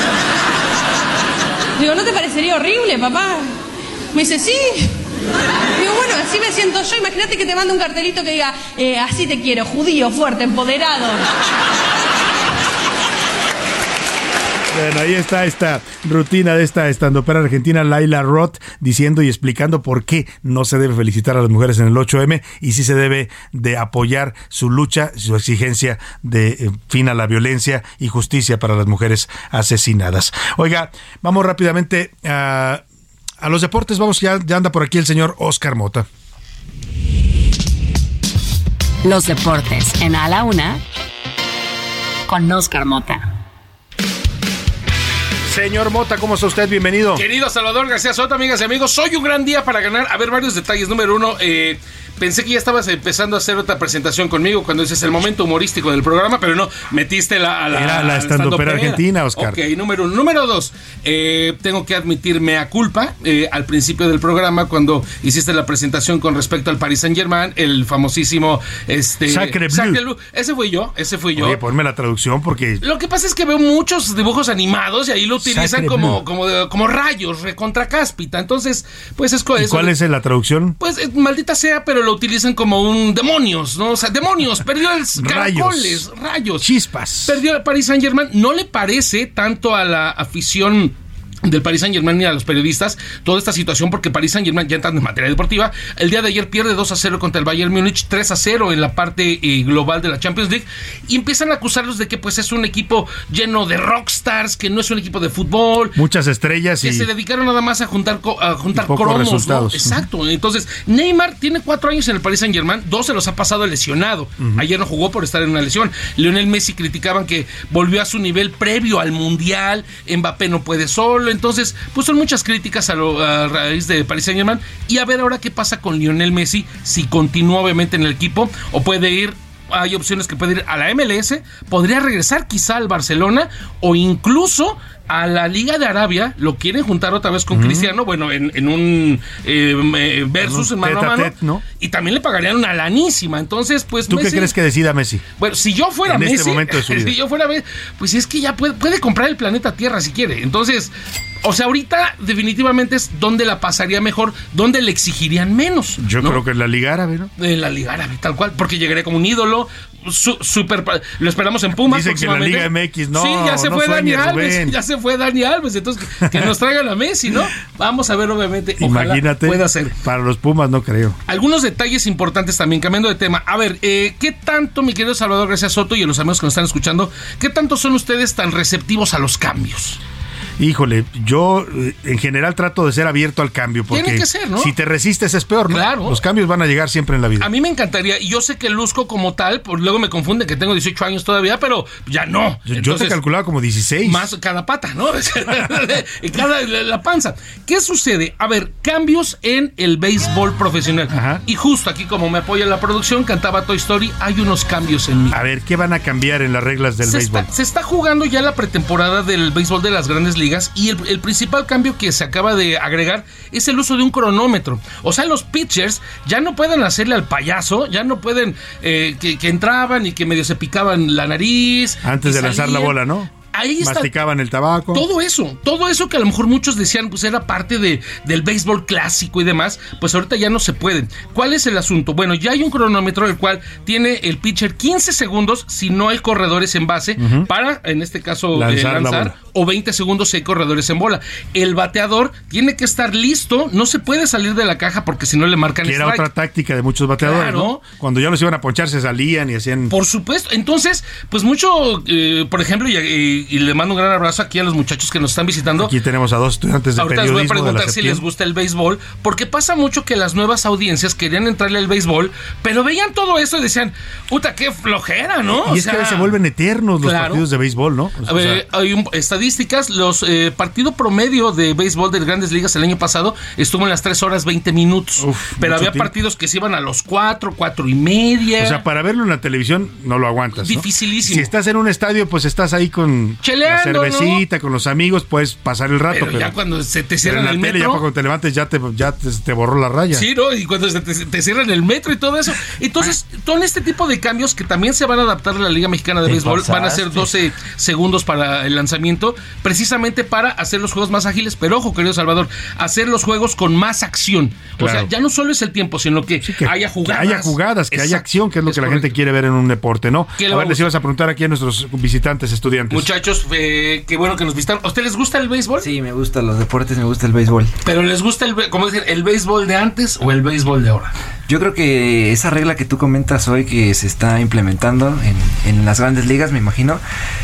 Digo, ¿no te parecería horrible, papá? Me dice, sí. Digo, bueno, así me siento yo. Imagínate que te manda un cartelito que diga así te quiero, judío, fuerte, empoderado. Bueno, ahí está esta rutina de esta estandopera argentina Laila Roth diciendo y explicando por qué no se debe felicitar a las mujeres en el 8M y sí se debe de apoyar su lucha, su exigencia de fin a la violencia y justicia para las mujeres asesinadas. Oiga, vamos rápidamente a los deportes. Vamos, ya anda por aquí el señor Oscar Mota. Los deportes en A la Una con Oscar Mota. Señor Mota, ¿cómo está usted? Bienvenido. Querido Salvador García Soto, amigas y amigos, hoy un gran día para ganar. A ver, varios detalles. Número uno, pensé que ya estabas empezando a hacer otra presentación conmigo cuando ese es el momento humorístico del programa, pero no, metiste Era la estandopera argentina, Oscar. Ok, número uno. Número dos, tengo que admitir mea culpa. Al principio del programa, cuando hiciste la presentación con respecto al Paris Saint-Germain, el famosísimo Sacre Bleu. Ese fui yo. Oye, ponme la traducción porque... Lo que pasa es que veo muchos dibujos animados y ahí lo utilizan como rayos, recontra cáspita. Entonces, pues es ¿Y cuál es la traducción? Pues maldita sea, pero lo utilizan como un demonios, ¿no? O sea, demonios, perdió el caracoles, rayos, chispas. Perdió el Paris Saint-Germain. No le parece tanto a la afición del Paris Saint-Germain ni a los periodistas toda esta situación, porque Paris Saint-Germain, ya entrando en materia deportiva, el día de ayer pierde 2-0 contra el Bayern Múnich, 3-0 en la parte global de la Champions League, y empiezan a acusarlos de que pues es un equipo lleno de rockstars, que no es un equipo de fútbol, muchas estrellas que se dedicaron nada más a juntar cromos, resultados, ¿no? Exacto. Entonces Neymar tiene 4 años en el Paris Saint-Germain, 2 se los ha pasado lesionado. Ayer no jugó por estar en una lesión. Lionel Messi criticaban que volvió a su nivel previo al Mundial. Mbappé no puede solo. Entonces, pues son muchas críticas a raíz de Paris Saint-Germain. Y a ver ahora qué pasa con Lionel Messi, si continúa obviamente en el equipo o puede ir. Hay opciones que puede ir a la MLS, podría regresar quizá al Barcelona o incluso A la Liga de Arabia lo quieren juntar otra vez con Cristiano, bueno, en un versus en mano a mano, ¿no? Y también le pagarían una lanísima. Entonces, pues ¿tú Messi, qué crees que decida Messi? Bueno, si yo fuera Messi, este momento de su vida. Si yo fuera Messi, pues es que ya puede comprar el planeta Tierra si quiere. Entonces, o sea, ahorita definitivamente es donde la pasaría mejor, donde le exigirían menos. Yo creo que en la Liga Árabe, ¿no? En la Liga Árabe, tal cual, porque llegaría como un ídolo. Lo esperamos en Pumas. Dicen que en la Liga MX no. Sí, ya se fue Dani Alves. Ya se fue Dani Alves. Entonces, que nos traigan a Messi, ¿no? Vamos a ver, obviamente. Imagínate. Puede ser. Para los Pumas, no creo. Algunos detalles importantes también, cambiando de tema. A ver, ¿qué tanto, mi querido Salvador García Soto y a los amigos que nos están escuchando, qué tanto son ustedes tan receptivos a los cambios? Híjole, yo en general trato de ser abierto al cambio, porque tiene que ser, ¿no? Si te resistes es peor, ¿no? Claro. Los cambios van a llegar siempre en la vida. A mí me encantaría, y yo sé que luzco como tal, pues luego me confunde que tengo 18 años todavía, pero ya no. Yo te calculaba como 16. Más cada pata, ¿no? La panza. ¿Qué sucede? A ver, cambios en el béisbol profesional. Ajá. Y justo aquí, como me apoya la producción, cantaba Toy Story, hay unos cambios en mí. A ver, ¿qué van a cambiar en las reglas del béisbol? Se está jugando ya la pretemporada del béisbol de las Grandes Ligas, y el principal cambio que se acaba de agregar es el uso de un cronómetro. O sea, los pitchers ya no pueden hacerle al payaso, ya no pueden que entraban y que medio se picaban la nariz antes de lanzar la bola, ¿no? Ahí está, masticaban el tabaco. Todo eso que a lo mejor muchos decían pues era parte del béisbol clásico y demás, pues ahorita ya no se pueden. ¿Cuál es el asunto? Bueno, ya hay un cronómetro el cual tiene el pitcher 15 segundos si no hay corredores en base para, en este caso, lanzar, o 20 segundos si hay corredores en bola. El bateador tiene que estar listo, no se puede salir de la caja porque si no le marcan strike. Era otra táctica de muchos bateadores, claro, ¿no? Cuando ya los iban a ponchar se salían y hacían... Por supuesto. Entonces, pues mucho, por ejemplo, y le mando un gran abrazo aquí a los muchachos que nos están visitando. Aquí tenemos a 2 estudiantes de ahorita periodismo. Les voy a preguntar si les gusta el béisbol, porque pasa mucho que las nuevas audiencias querían entrarle al béisbol, pero veían todo eso y decían, puta, qué flojera, ¿no? Y es que se vuelven eternos los partidos de béisbol, ¿no? Hay estadísticas, los partido promedio de béisbol de Grandes Ligas el año pasado estuvo en las 3 horas 20 minutos. Pero había partidos que se iban a los 4 y media. O sea, para verlo en la televisión no lo aguantas, ¿no? Dificilísimo. Si estás en un estadio, pues estás ahí con la cervecita, ¿no? Con los amigos, puedes pasar el rato. Pero ya cuando se te cierran el metro, ya cuando te levantes ya te borró la raya. Sí, ¿no? Y cuando te cierran el metro y todo eso. Entonces, todo este tipo de cambios que también se van a adaptar a la Liga Mexicana de Béisbol, van a ser 12 segundos para el lanzamiento, precisamente para hacer los juegos más ágiles, pero ojo, querido Salvador, hacer los juegos con más acción. Claro. O sea, ya no solo es el tiempo, sino que haya jugadas. Que haya acción, que es lo que la gente quiere ver en un deporte, ¿no? A ver, les ibas a preguntar aquí a nuestros visitantes, estudiantes. Muchachos, qué bueno que nos visitan. ¿A usted les gusta el béisbol? Sí, me gustan los deportes, me gusta el béisbol. ¿Pero les gusta el béisbol de antes o el béisbol de ahora? Yo creo que esa regla que tú comentas hoy que se está implementando en las Grandes Ligas, me imagino,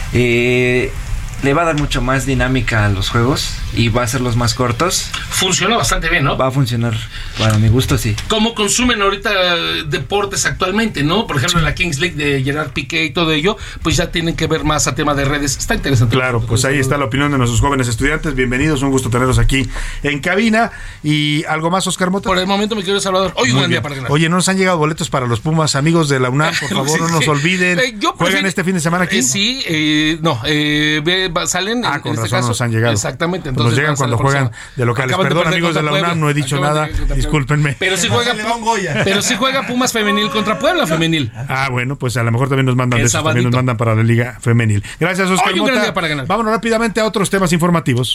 le va a dar mucho más dinámica a los juegos y va a hacerlos más cortos. Funciona bastante bien, ¿no? Va a funcionar, para mi gusto, sí. ¿Cómo consumen ahorita deportes actualmente, no? Por ejemplo, en la Kings League de Gerard Piqué y todo ello, pues ya tienen que ver más a tema de redes. Está interesante. Claro, pues ahí está la opinión de nuestros jóvenes estudiantes. Bienvenidos, un gusto tenerlos aquí en cabina. ¿Y algo más, Oscar Mota? Por el momento, mi querido Salvador. Hoy un gran día para ganar. Oye, no nos han llegado boletos para los Pumas, amigos de la UNAM, por favor, no nos olviden. ¿Juegan este fin de semana aquí? Sí, salen. Con razón caso, nos han llegado. Exactamente. Entonces nos llegan cuando juegan de locales. Perdón, amigos de la UNAM, no he dicho nada. Discúlpenme. Pero si juega Pumas femenil contra Puebla femenil. Bueno, pues a lo mejor también nos mandan de eso, también nos mandan para la Liga Femenil. Gracias, Oscar Mota. Un gran día para ganar. Vámonos rápidamente a otros temas informativos.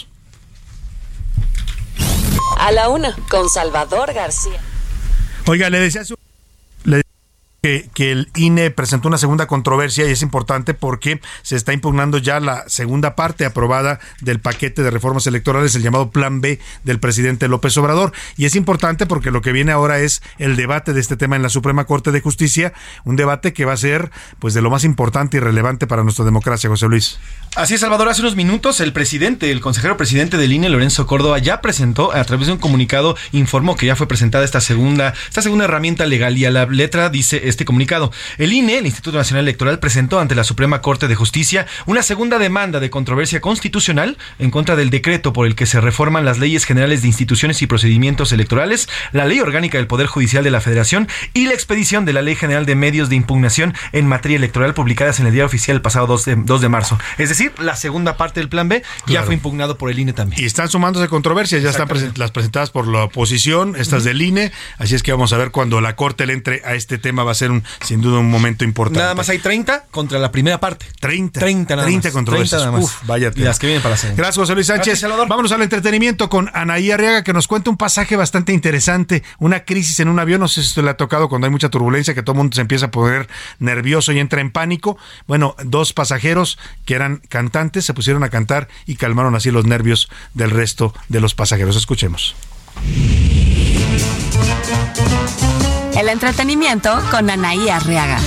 A la una, con Salvador García. Oiga, le decía que el INE presentó una segunda controversia y es importante porque se está impugnando ya la segunda parte aprobada del paquete de reformas electorales, el llamado Plan B del presidente López Obrador. Y es importante porque lo que viene ahora es el debate de este tema en la Suprema Corte de Justicia, un debate que va a ser pues de lo más importante y relevante para nuestra democracia, José Luis. Así es, Salvador. Hace unos minutos el consejero presidente del INE, Lorenzo Córdoba, ya presentó, a través de un comunicado, informó que ya fue presentada esta segunda herramienta legal y a la letra dice este comunicado. El INE, el Instituto Nacional Electoral, presentó ante la Suprema Corte de Justicia una segunda demanda de controversia constitucional en contra del decreto por el que se reforman las leyes generales de instituciones y procedimientos electorales, la Ley Orgánica del Poder Judicial de la Federación y la expedición de la Ley General de Medios de Impugnación en materia electoral publicadas en el Diario Oficial el pasado 2 de marzo. Es decir, la segunda parte del Plan B ya fue impugnado por el INE también. Y están sumándose controversias, ya están las presentadas por la oposición, estas del INE, así es que vamos a ver cuando la Corte le entre a este tema, va a ser sin duda un momento importante. Nada más hay 30 contra la primera parte. 30 30 controversias. nada más. Uf, vaya tema. Y las que vienen para la segunda. Gracias, José Luis Sánchez. Gracias, vámonos al entretenimiento con Anaí Arriaga, que nos cuenta un pasaje bastante interesante, una crisis en un avión. No sé si esto le ha tocado cuando hay mucha turbulencia, que todo el mundo se empieza a poner nervioso y entra en pánico. Bueno, 2 pasajeros que eran cantantes se pusieron a cantar y calmaron así los nervios del resto de los pasajeros. Escuchemos. El entretenimiento con Anaí Arriaga.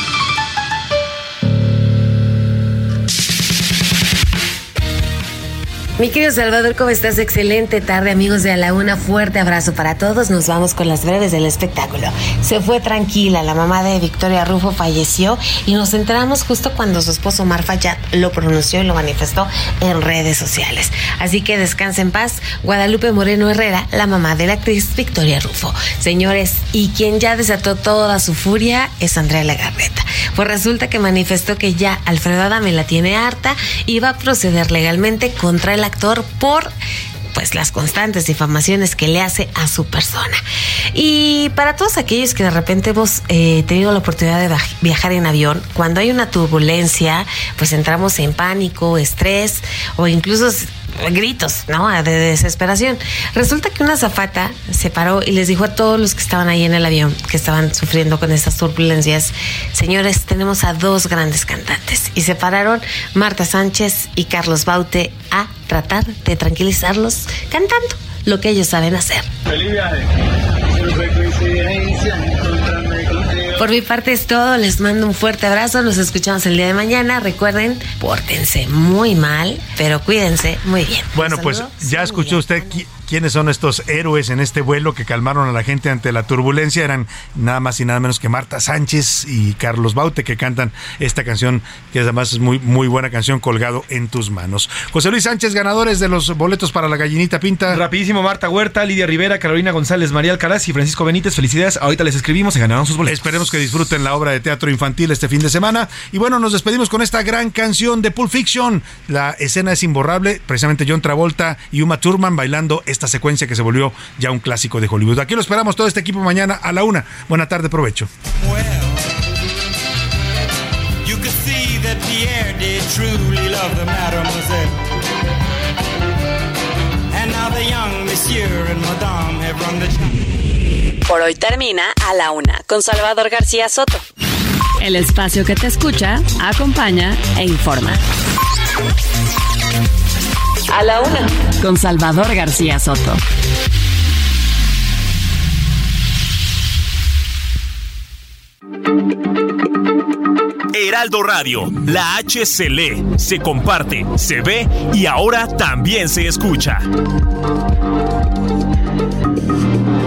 Mi querido Salvador, ¿cómo estás? Excelente tarde, amigos de A la Una. Fuerte abrazo para todos. Nos vamos con las breves del espectáculo. Se fue tranquila. La mamá de Victoria Rufo falleció y nos enteramos justo cuando su esposo Omar Fayad lo pronunció y lo manifestó en redes sociales. Así que descansa en paz, Guadalupe Moreno Herrera, la mamá de la actriz Victoria Rufo. Señores, y quien ya desató toda su furia es Andrea Legarreta. Pues resulta que manifestó que ya Alfredo Adame la tiene harta y va a proceder legalmente contra el actor por las constantes difamaciones que le hace a su persona. Y para todos aquellos que de repente hemos tenido la oportunidad de viajar en avión, cuando hay una turbulencia, pues entramos en pánico, estrés o incluso gritos, ¿no? De desesperación. Resulta que una azafata se paró y les dijo a todos los que estaban ahí en el avión, que estaban sufriendo con estas turbulencias: señores, tenemos a 2 grandes cantantes. Y se pararon Marta Sánchez y Carlos Baute a tratar de tranquilizarlos cantando lo que ellos saben hacer. ¡Feliz viaje! No fue coincidencia encontrarme contigo. Por mi parte es todo, les mando un fuerte abrazo, nos escuchamos el día de mañana. Recuerden, pórtense muy mal, pero cuídense muy bien. Bueno, pues ya escuchó usted quiénes son estos héroes en este vuelo que calmaron a la gente ante la turbulencia. Eran nada más y nada menos que Marta Sánchez y Carlos Baute, que cantan esta canción, que además es muy, muy buena canción, Colgado en tus manos. José Luis Sánchez, ganadores de los boletos para la Gallinita Pinta. Rapidísimo: Marta Huerta, Lidia Rivera, Carolina González, María Alcaraz y Francisco Benítez. Felicidades, ahorita les escribimos y ganaron sus boletos. Esperemos que disfruten la obra de teatro infantil este fin de semana. Y bueno, nos despedimos con esta gran canción de Pulp Fiction. La escena es imborrable, precisamente John Travolta y Uma Thurman bailando esta secuencia que se volvió ya un clásico de Hollywood. Aquí lo esperamos todo este equipo mañana a la 1. Buena tarde, provecho. Por hoy termina A la Una con Salvador García Soto. El espacio que te escucha, acompaña e informa. A la Una con Salvador García Soto. Heraldo Radio, la H se lee, se comparte, se ve y ahora también se escucha.